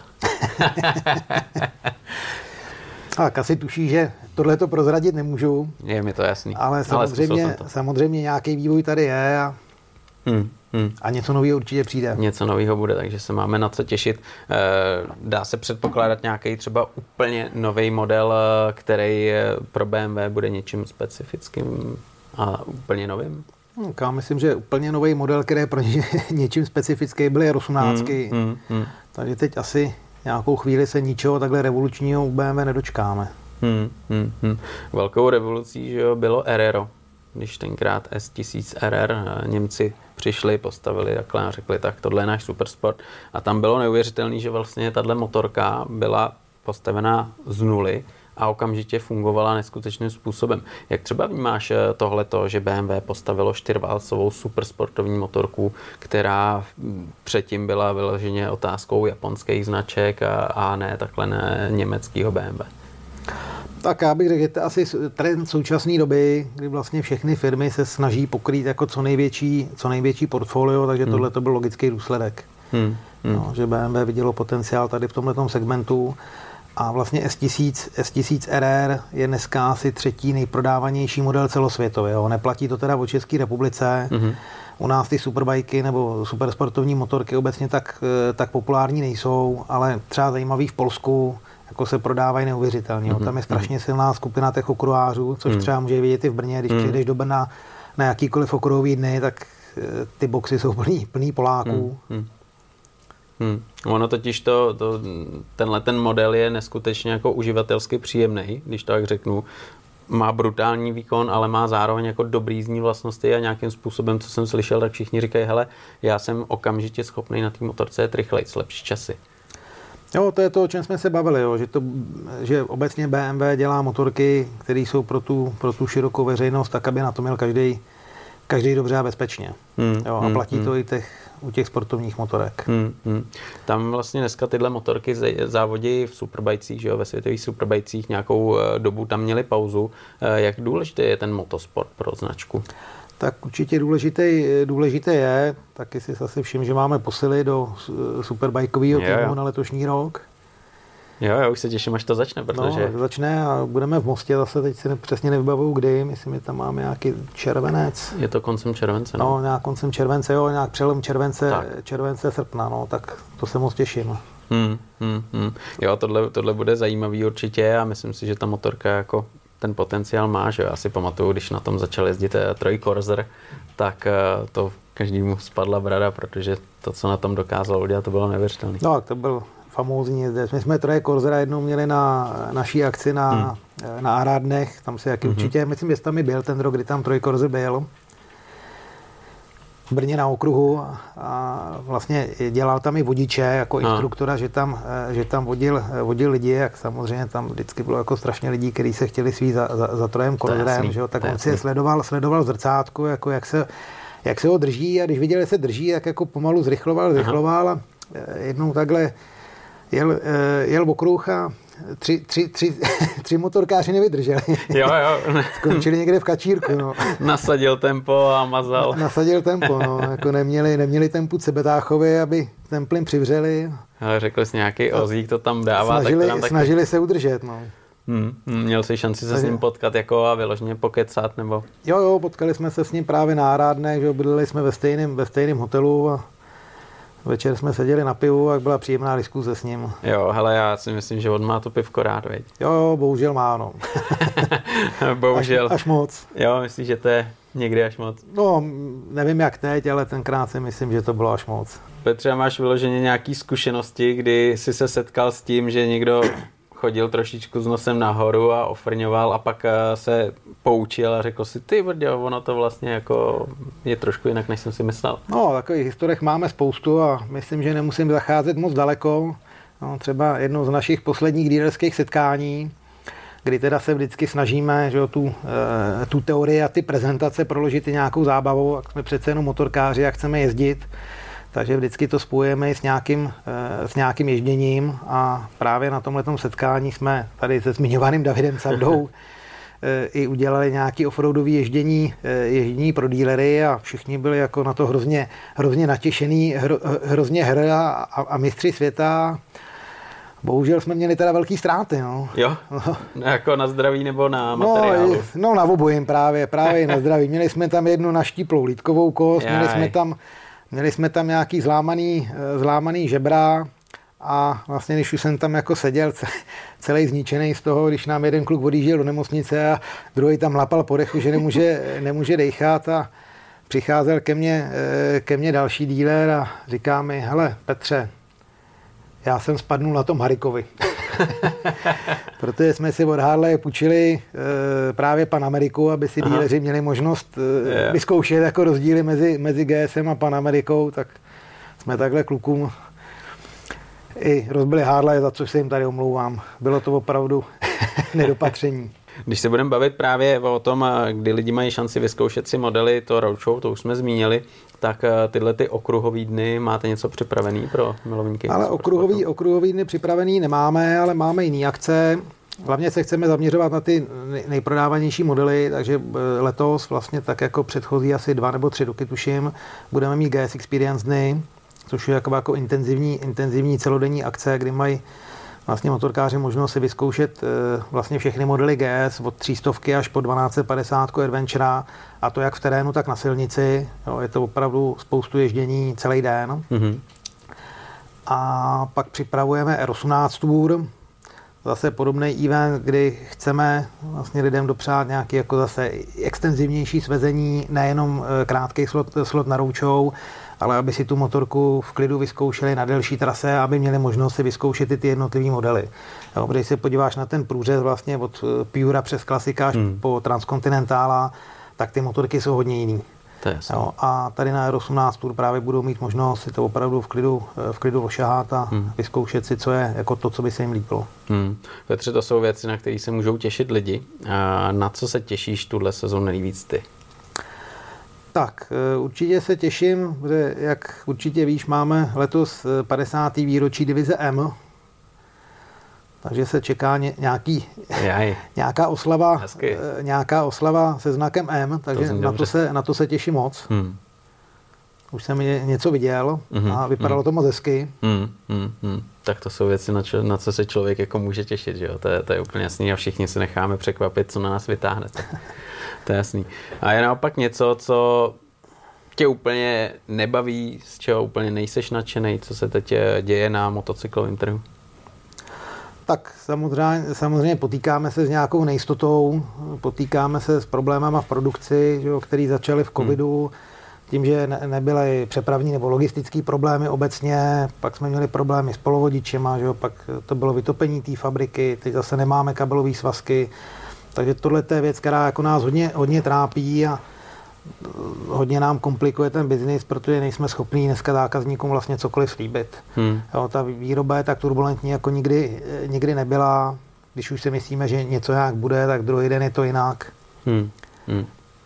Tak asi tuší, že tohle to prozradit nemůžu. Je mi to jasný. Ale samozřejmě, ale samozřejmě nějaký vývoj tady je a Hmm, hmm. A něco nového určitě přijde. Něco nového bude, takže se máme na co těšit. Dá se předpokládat nějaký třeba úplně nový model, který pro B M W bude něčím specifickým a úplně novým? No, já myslím, že úplně nový model, který je pro ně něčím specifický, byl R osmnáct. Hmm, hmm, hmm. Takže teď asi nějakou chvíli se ničeho takhle revolučního u B M W nedočkáme. Hmm, hmm, hmm. Velkou revolucí, že jo, bylo R R O. Když tenkrát S tisíc R R Němci přišli, postavili takhle a řekli, tak tohle je náš supersport. A tam bylo neuvěřitelné, že vlastně tahle motorka byla postavená z nuly a okamžitě fungovala neskutečným způsobem. Jak třeba vnímáš tohleto, že B M W postavilo čtyřválcovou supersportovní motorku, která předtím byla vyloženě otázkou japonských značek a, a ne takhle ne německého B M W? Tak já bych řekl, že to je asi trend současné doby, kdy vlastně všechny firmy se snaží pokrýt jako co největší, co největší portfolio, takže hmm. tohle to byl logický důsledek. Hmm. Hmm. No, že B M W vidělo potenciál tady v tomhletom segmentu a vlastně S tisíc, S tisíc R R je dneska asi třetí nejprodávanější model celosvětově. Jo. Neplatí to teda o České republice. Hmm. U nás ty superbajky nebo supersportovní motorky obecně tak, tak populární nejsou, ale třeba zajímavý v Polsku jako se prodávají neuvěřitelně. Mm-hmm. Tam je strašně silná skupina těch okruhářů, což mm. třeba může vidět i v Brně, když mm. přijdeš do Brna na jakýkoliv okruhový dny, tak ty boxy jsou plný, plný Poláků. Mm. Mm. Ono totiž to, to, tenhle ten model je neskutečně jako uživatelsky příjemný, když to tak řeknu. Má brutální výkon, ale má zároveň jako dobrý jízdní vlastnosti a nějakým způsobem, co jsem slyšel, tak všichni říkají, hele, já jsem okamžitě schopný na té motorce jet rychlejc, lepší časy. Jo, to je to, o čem jsme se bavili, jo, že, to, že obecně B M W dělá motorky, které jsou pro tu, pro tu širokou veřejnost, tak aby na to měl každý každý dobře a bezpečně. Hmm, jo, a hmm, platí hmm. to i těch, u těch sportovních motorek. Hmm, hmm. Tam vlastně dneska tyhle motorky závodí v superbajcích, že jo, ve světových superbajcích nějakou dobu tam měli pauzu. Jak důležitý je ten motosport pro značku? Tak určitě důležité, důležité je, taky si zase všim, že máme posily do superbajkového týmu na letošní rok. Jo, já už se těším, až to začne, protože... No, začne a budeme v Mostě zase, teď si přesně nevybavuju kdy, myslím, že tam máme nějaký červenec. Je to koncem července, no? No, nějak koncem července, jo, nějak přelom července, tak. července, srpna, no, tak to se moc těším. Hmm, hmm, hmm. Jo, tohle, tohle bude zajímavý určitě a myslím si, že ta motorka jako ten potenciál má, že já si pamatuju, když na tom začal jezdit Troy Corser, tak to každému spadla brada, protože to, co na tom dokázal udělat, to bylo neuvěřitelné. No, to byl famózní jezdec. My jsme Troje Corsera jednou měli na naší akci na, hmm. na Arádnech, tam se jaký hmm. určitě, myslím, že tam i byl ten rok, kdy tam Troy Corser byl. V Brně na okruhu a vlastně dělal tam i vodiče jako instruktora, že tam, že tam vodil, vodil lidi, jak samozřejmě tam vždycky bylo jako strašně lidí, kteří se chtěli svít za, za, za Trojem Corserem, že jo, tak on si je sledoval, sledoval v zrcátku, jako jak se jak se ho drží a když viděl, že se drží, tak jako pomalu zrychloval, zrychloval a jednou takhle jel, jel okruh a tři, tři, tři, tři motorkáři nevydrželi. Jo, jo. Skončili někde v kačírku. No. Nasadil tempo a mazal. Nasadil tempo, no. Jako neměli, neměli tempu Cebetáchovi, aby ten plyn přivřeli. Ale řekl jsi nějaký ozík, to tam dává. Snažili, tak to taky... snažili se udržet, no. Hmm, měl jsi šanci se s ním potkat jako a vyloženě pokecat, nebo? Jo, jo, potkali jsme se s ním právě na Hrádné, že bydleli jsme ve stejném, ve stejném hotelu a večer jsme seděli na pivu a byla příjemná diskuze s ním. Jo, hele, já si myslím, že on má to pivko rád, veď? Jo, jo, bohužel má, no. Bohužel. Až, až moc. Jo, myslíš, že to je někdy až moc? No, nevím jak teď, ale tenkrát si myslím, že to bylo až moc. Petře, máš vyloženě nějaký zkušenosti, kdy jsi se setkal s tím, že někdo chodil trošičku s nosem nahoru a ofrňoval a pak se poučil a řekl si, ty brďo, ono to vlastně jako je trošku jinak, než jsem si myslel. No, takových historiek máme spoustu a myslím, že nemusím zacházet moc daleko. No, třeba jedno z našich posledních dílerských setkání, kdy teda se vždycky snažíme, že tu, tu teorii a ty prezentace proložit i nějakou zábavou, jak jsme přece jenom motorkáři a chceme jezdit. Takže vždycky to spojujeme s nějakým, s nějakým ježděním a právě na tomhletom setkání jsme tady se zmiňovaným Davidem Sardou i udělali nějaké offroadové ježdění, ježdění pro dílery a všichni byli jako na to hrozně, hrozně natěšený, hro, hrozně hr a, a mistři světa. Bohužel jsme měli teda velký ztráty, no. Jo? No. Jako na zdraví nebo na materiálu? No, no na obojím právě, právě na zdraví. Měli jsme tam jednu naštíplou lítkovou kost, Jaj. měli jsme tam Měli jsme tam nějaký zlámaný, zlámaný žebra a vlastně, když už jsem tam jako seděl celý zničený z toho, když nám jeden kluk odjížděl do nemocnice a druhý tam lapal po dechu, že nemůže, nemůže dejchat a přicházel ke mně, ke mně další díler a říká mi, hele Petře, já jsem spadnul na tom Harikovi. Protože jsme si od Harley půjčili e, právě Pan Ameriku, aby si díleři měli možnost e, yeah. vyzkoušet jako rozdíly mezi, mezi G S M a Pan Amerikou, tak jsme takhle klukům i rozbili Harley, za což se jim tady omlouvám. Bylo to opravdu nedopatření. Když se budeme bavit právě o tom, kdy lidi mají šanci vyzkoušet si modely, to roadshow, to už jsme zmínili, tak tyhle ty okruhový dny, máte něco připravený pro milovníky? Ale okruhový, okruhový dny připravený nemáme, ale máme jiné akce. Hlavně se chceme zaměřovat na ty nejprodávanější modely, takže letos vlastně tak jako předchozí asi dva nebo tři roky tuším, budeme mít G S Experience dny, což je jako, jako intenzivní, intenzivní celodenní akce, kdy mají vlastně motorkáři možnost si vyzkoušet vlastně všechny modely G S od třístovky až po dvanáct set padesát Adventura a to jak v terénu, tak na silnici. Jo, je to opravdu spoustu ježdění celý den. Mm-hmm. A pak připravujeme R osmnáct Tour, zase podobný event, kdy chceme vlastně lidem dopřát nějaký jako zase extenzivnější svezení, nejenom krátký slot, slot na roadshow, ale aby si tu motorku v klidu vyzkoušeli na delší trase, aby měli možnost si vyzkoušet i ty jednotlivé modely. Jo, když se podíváš na ten průřez vlastně od Pura přes klasika až hmm. po Transkontinentála, tak ty motorky jsou hodně jiný. Jo, a tady na R osmnáct Tour právě budou mít možnost si to opravdu v klidu, v klidu ošahat a hmm. vyzkoušet si, co je jako to, co by se jim líbilo. Hmm. Petře, to jsou věci, na které se můžou těšit lidi. A na co se těšíš tuhle sezónu nejvíc ty? Tak, určitě se těším, protože jak určitě víš, máme letos padesáté výročí divize M, takže se čeká nějaký, nějaká oslava, Hezky. nějaká oslava se znakem M, takže to na, to se, na to se těším moc. Hmm. Už jsem něco viděl hmm. a vypadalo hmm. to moc hezky. Hmm. Hmm. Hmm. Tak to jsou věci, na, čo, na co se člověk jako může těšit, že jo? To, je, to je úplně jasný a všichni se necháme překvapit, co na nás vytáhnete. To je jasný. A je naopak něco, co tě úplně nebaví, z čeho úplně nejseš nadšenej, co se teď děje na motocyklovém trhu? Tak samozřejmě, samozřejmě potýkáme se s nějakou nejistotou, potýkáme se s problémama v produkci, že jo, který začaly v covidu, hmm. tím, že ne, nebyly přepravní nebo logistické problémy obecně, pak jsme měli problémy s polovodičema, že jo, pak to bylo vytopení té fabriky, teď zase nemáme kabelové svazky, takže tohle je věc, která jako nás hodně, hodně trápí a hodně nám komplikuje ten biznis, protože nejsme schopní dneska zákazníkům vlastně cokoliv slíbit. Hmm. Jo, ta výroba je tak turbulentní, jako nikdy, nikdy nebyla. Když už si myslíme, že něco nějak bude, tak druhý den je to jinak. Hmm. Hmm.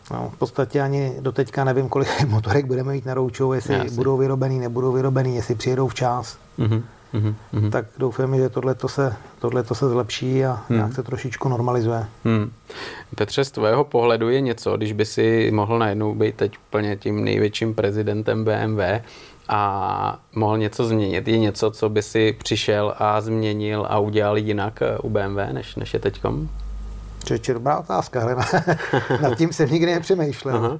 No, v podstatě ani doteďka nevím, kolik motorek budeme mít na roučou, jestli Jasně. budou vyrobený, nebudou vyrobený, jestli přijedou včas. Mm-hmm. Mm-hmm. Tak doufám, že tohleto se, tohleto se zlepší a hmm. nějak se trošičku normalizuje. Hmm. Petře, z tvého pohledu je něco, když by si mohl najednou být teď úplně tím největším prezidentem B M W a mohl něco změnit, je něco, co by si přišel a změnil a udělal jinak u B M W, než, než je teďkom? To je dobrá otázka, ale nad tím jsem nikdy nepřemýšlel. Aha.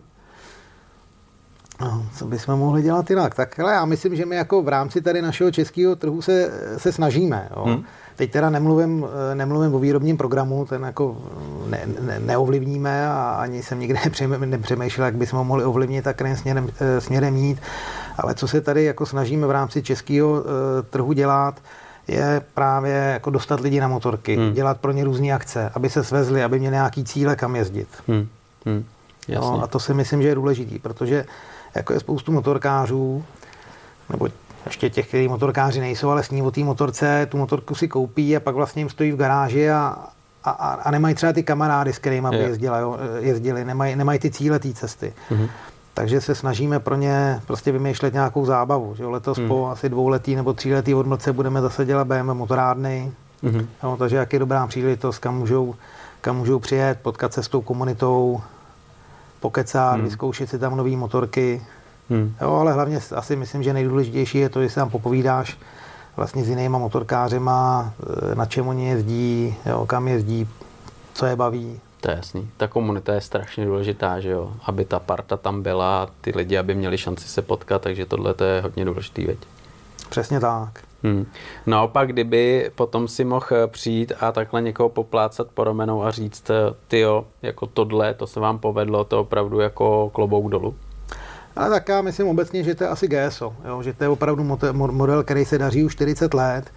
No, co bychom mohli dělat jinak? Tak hele, já myslím, že my jako v rámci tady našeho českého trhu se, se snažíme. Jo. Hmm. Teď teda nemluvím, nemluvím o výrobním programu, ten jako ne, ne, neovlivníme a ani jsem nikdy nepřemýšlel, jak bychom ho mohli ovlivnit a kterým směrem, směrem jít. Ale co se tady jako snažíme v rámci českého uh, trhu dělat, je právě jako dostat lidi na motorky, hmm. dělat pro ně různé akce, aby se svezli, aby měli nějaký cíle, kam jezdit. Hmm. Hmm. No, a to si myslím, že je důležitý, protože jako je spoustu motorkářů, nebo ještě těch, kteří motorkáři nejsou, ale sní o té motorce, tu motorku si koupí a pak vlastně jim stojí v garáži a, a, a nemají třeba ty kamarády, s kterými by jezdili, jezdili nemají, nemají ty cíle té cesty. Mm-hmm. Takže se snažíme pro ně prostě vymýšlet nějakou zábavu. Že letos mm. po asi dvouletý nebo tříletý odmlce budeme zase dělat B M W motorádny. Mm-hmm. No, takže jak je dobrá příležitost, kam můžou, kam můžou přijet, potkat se s tou komunitou, pokecat, hmm. vyzkoušet si tam nový motorky. Hmm. Jo, ale hlavně asi myslím, že nejdůležitější je to, že si tam popovídáš vlastně s jinýma motorkářema, na čem oni jezdí, jo, kam jezdí, co je baví. To je jasný. Ta komunita je strašně důležitá, že jo, aby ta parta tam byla, ty lidi, aby měli šanci se potkat, takže tohle to je hodně důležitý, veď. Přesně tak. Hmm. Naopak, kdyby potom si mohl přijít a takhle někoho poplácat po ramenou a říct, tyjo, jako tohle, to se vám povedlo, to opravdu jako klobouk dolů? Ale tak já myslím obecně, že to je asi G S O, jo? Že to je opravdu model, který se daří už čtyřicet let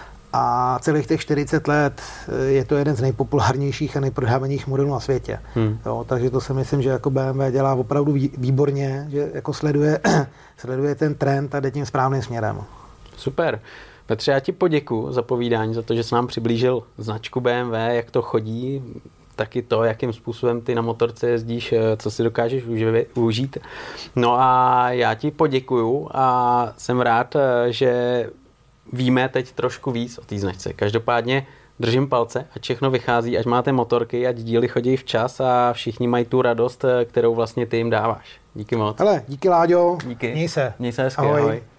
a celých těch čtyřicet let je to jeden z nejpopulárnějších a nejprodávanějších modelů na světě. Hmm. Jo? Takže to si myslím, že jako B M W dělá opravdu výborně, že jako sleduje, sleduje ten trend a jde tím správným směrem. Super. Petře, já ti poděkuji za povídání, za to, že jsi nám přiblížil značku B M W, jak to chodí, taky to, jakým způsobem ty na motorce jezdíš, co si dokážeš užít. No a já ti poděkuju a jsem rád, že víme teď trošku víc o té značce. Každopádně držím palce, ať všechno vychází, ať máte motorky, ať díly chodí včas a všichni mají tu radost, kterou vlastně ty jim dáváš. Díky moc. Hele, díky Láďo. Díky. Měj se. Měj se hezky, ahoj. ahoj.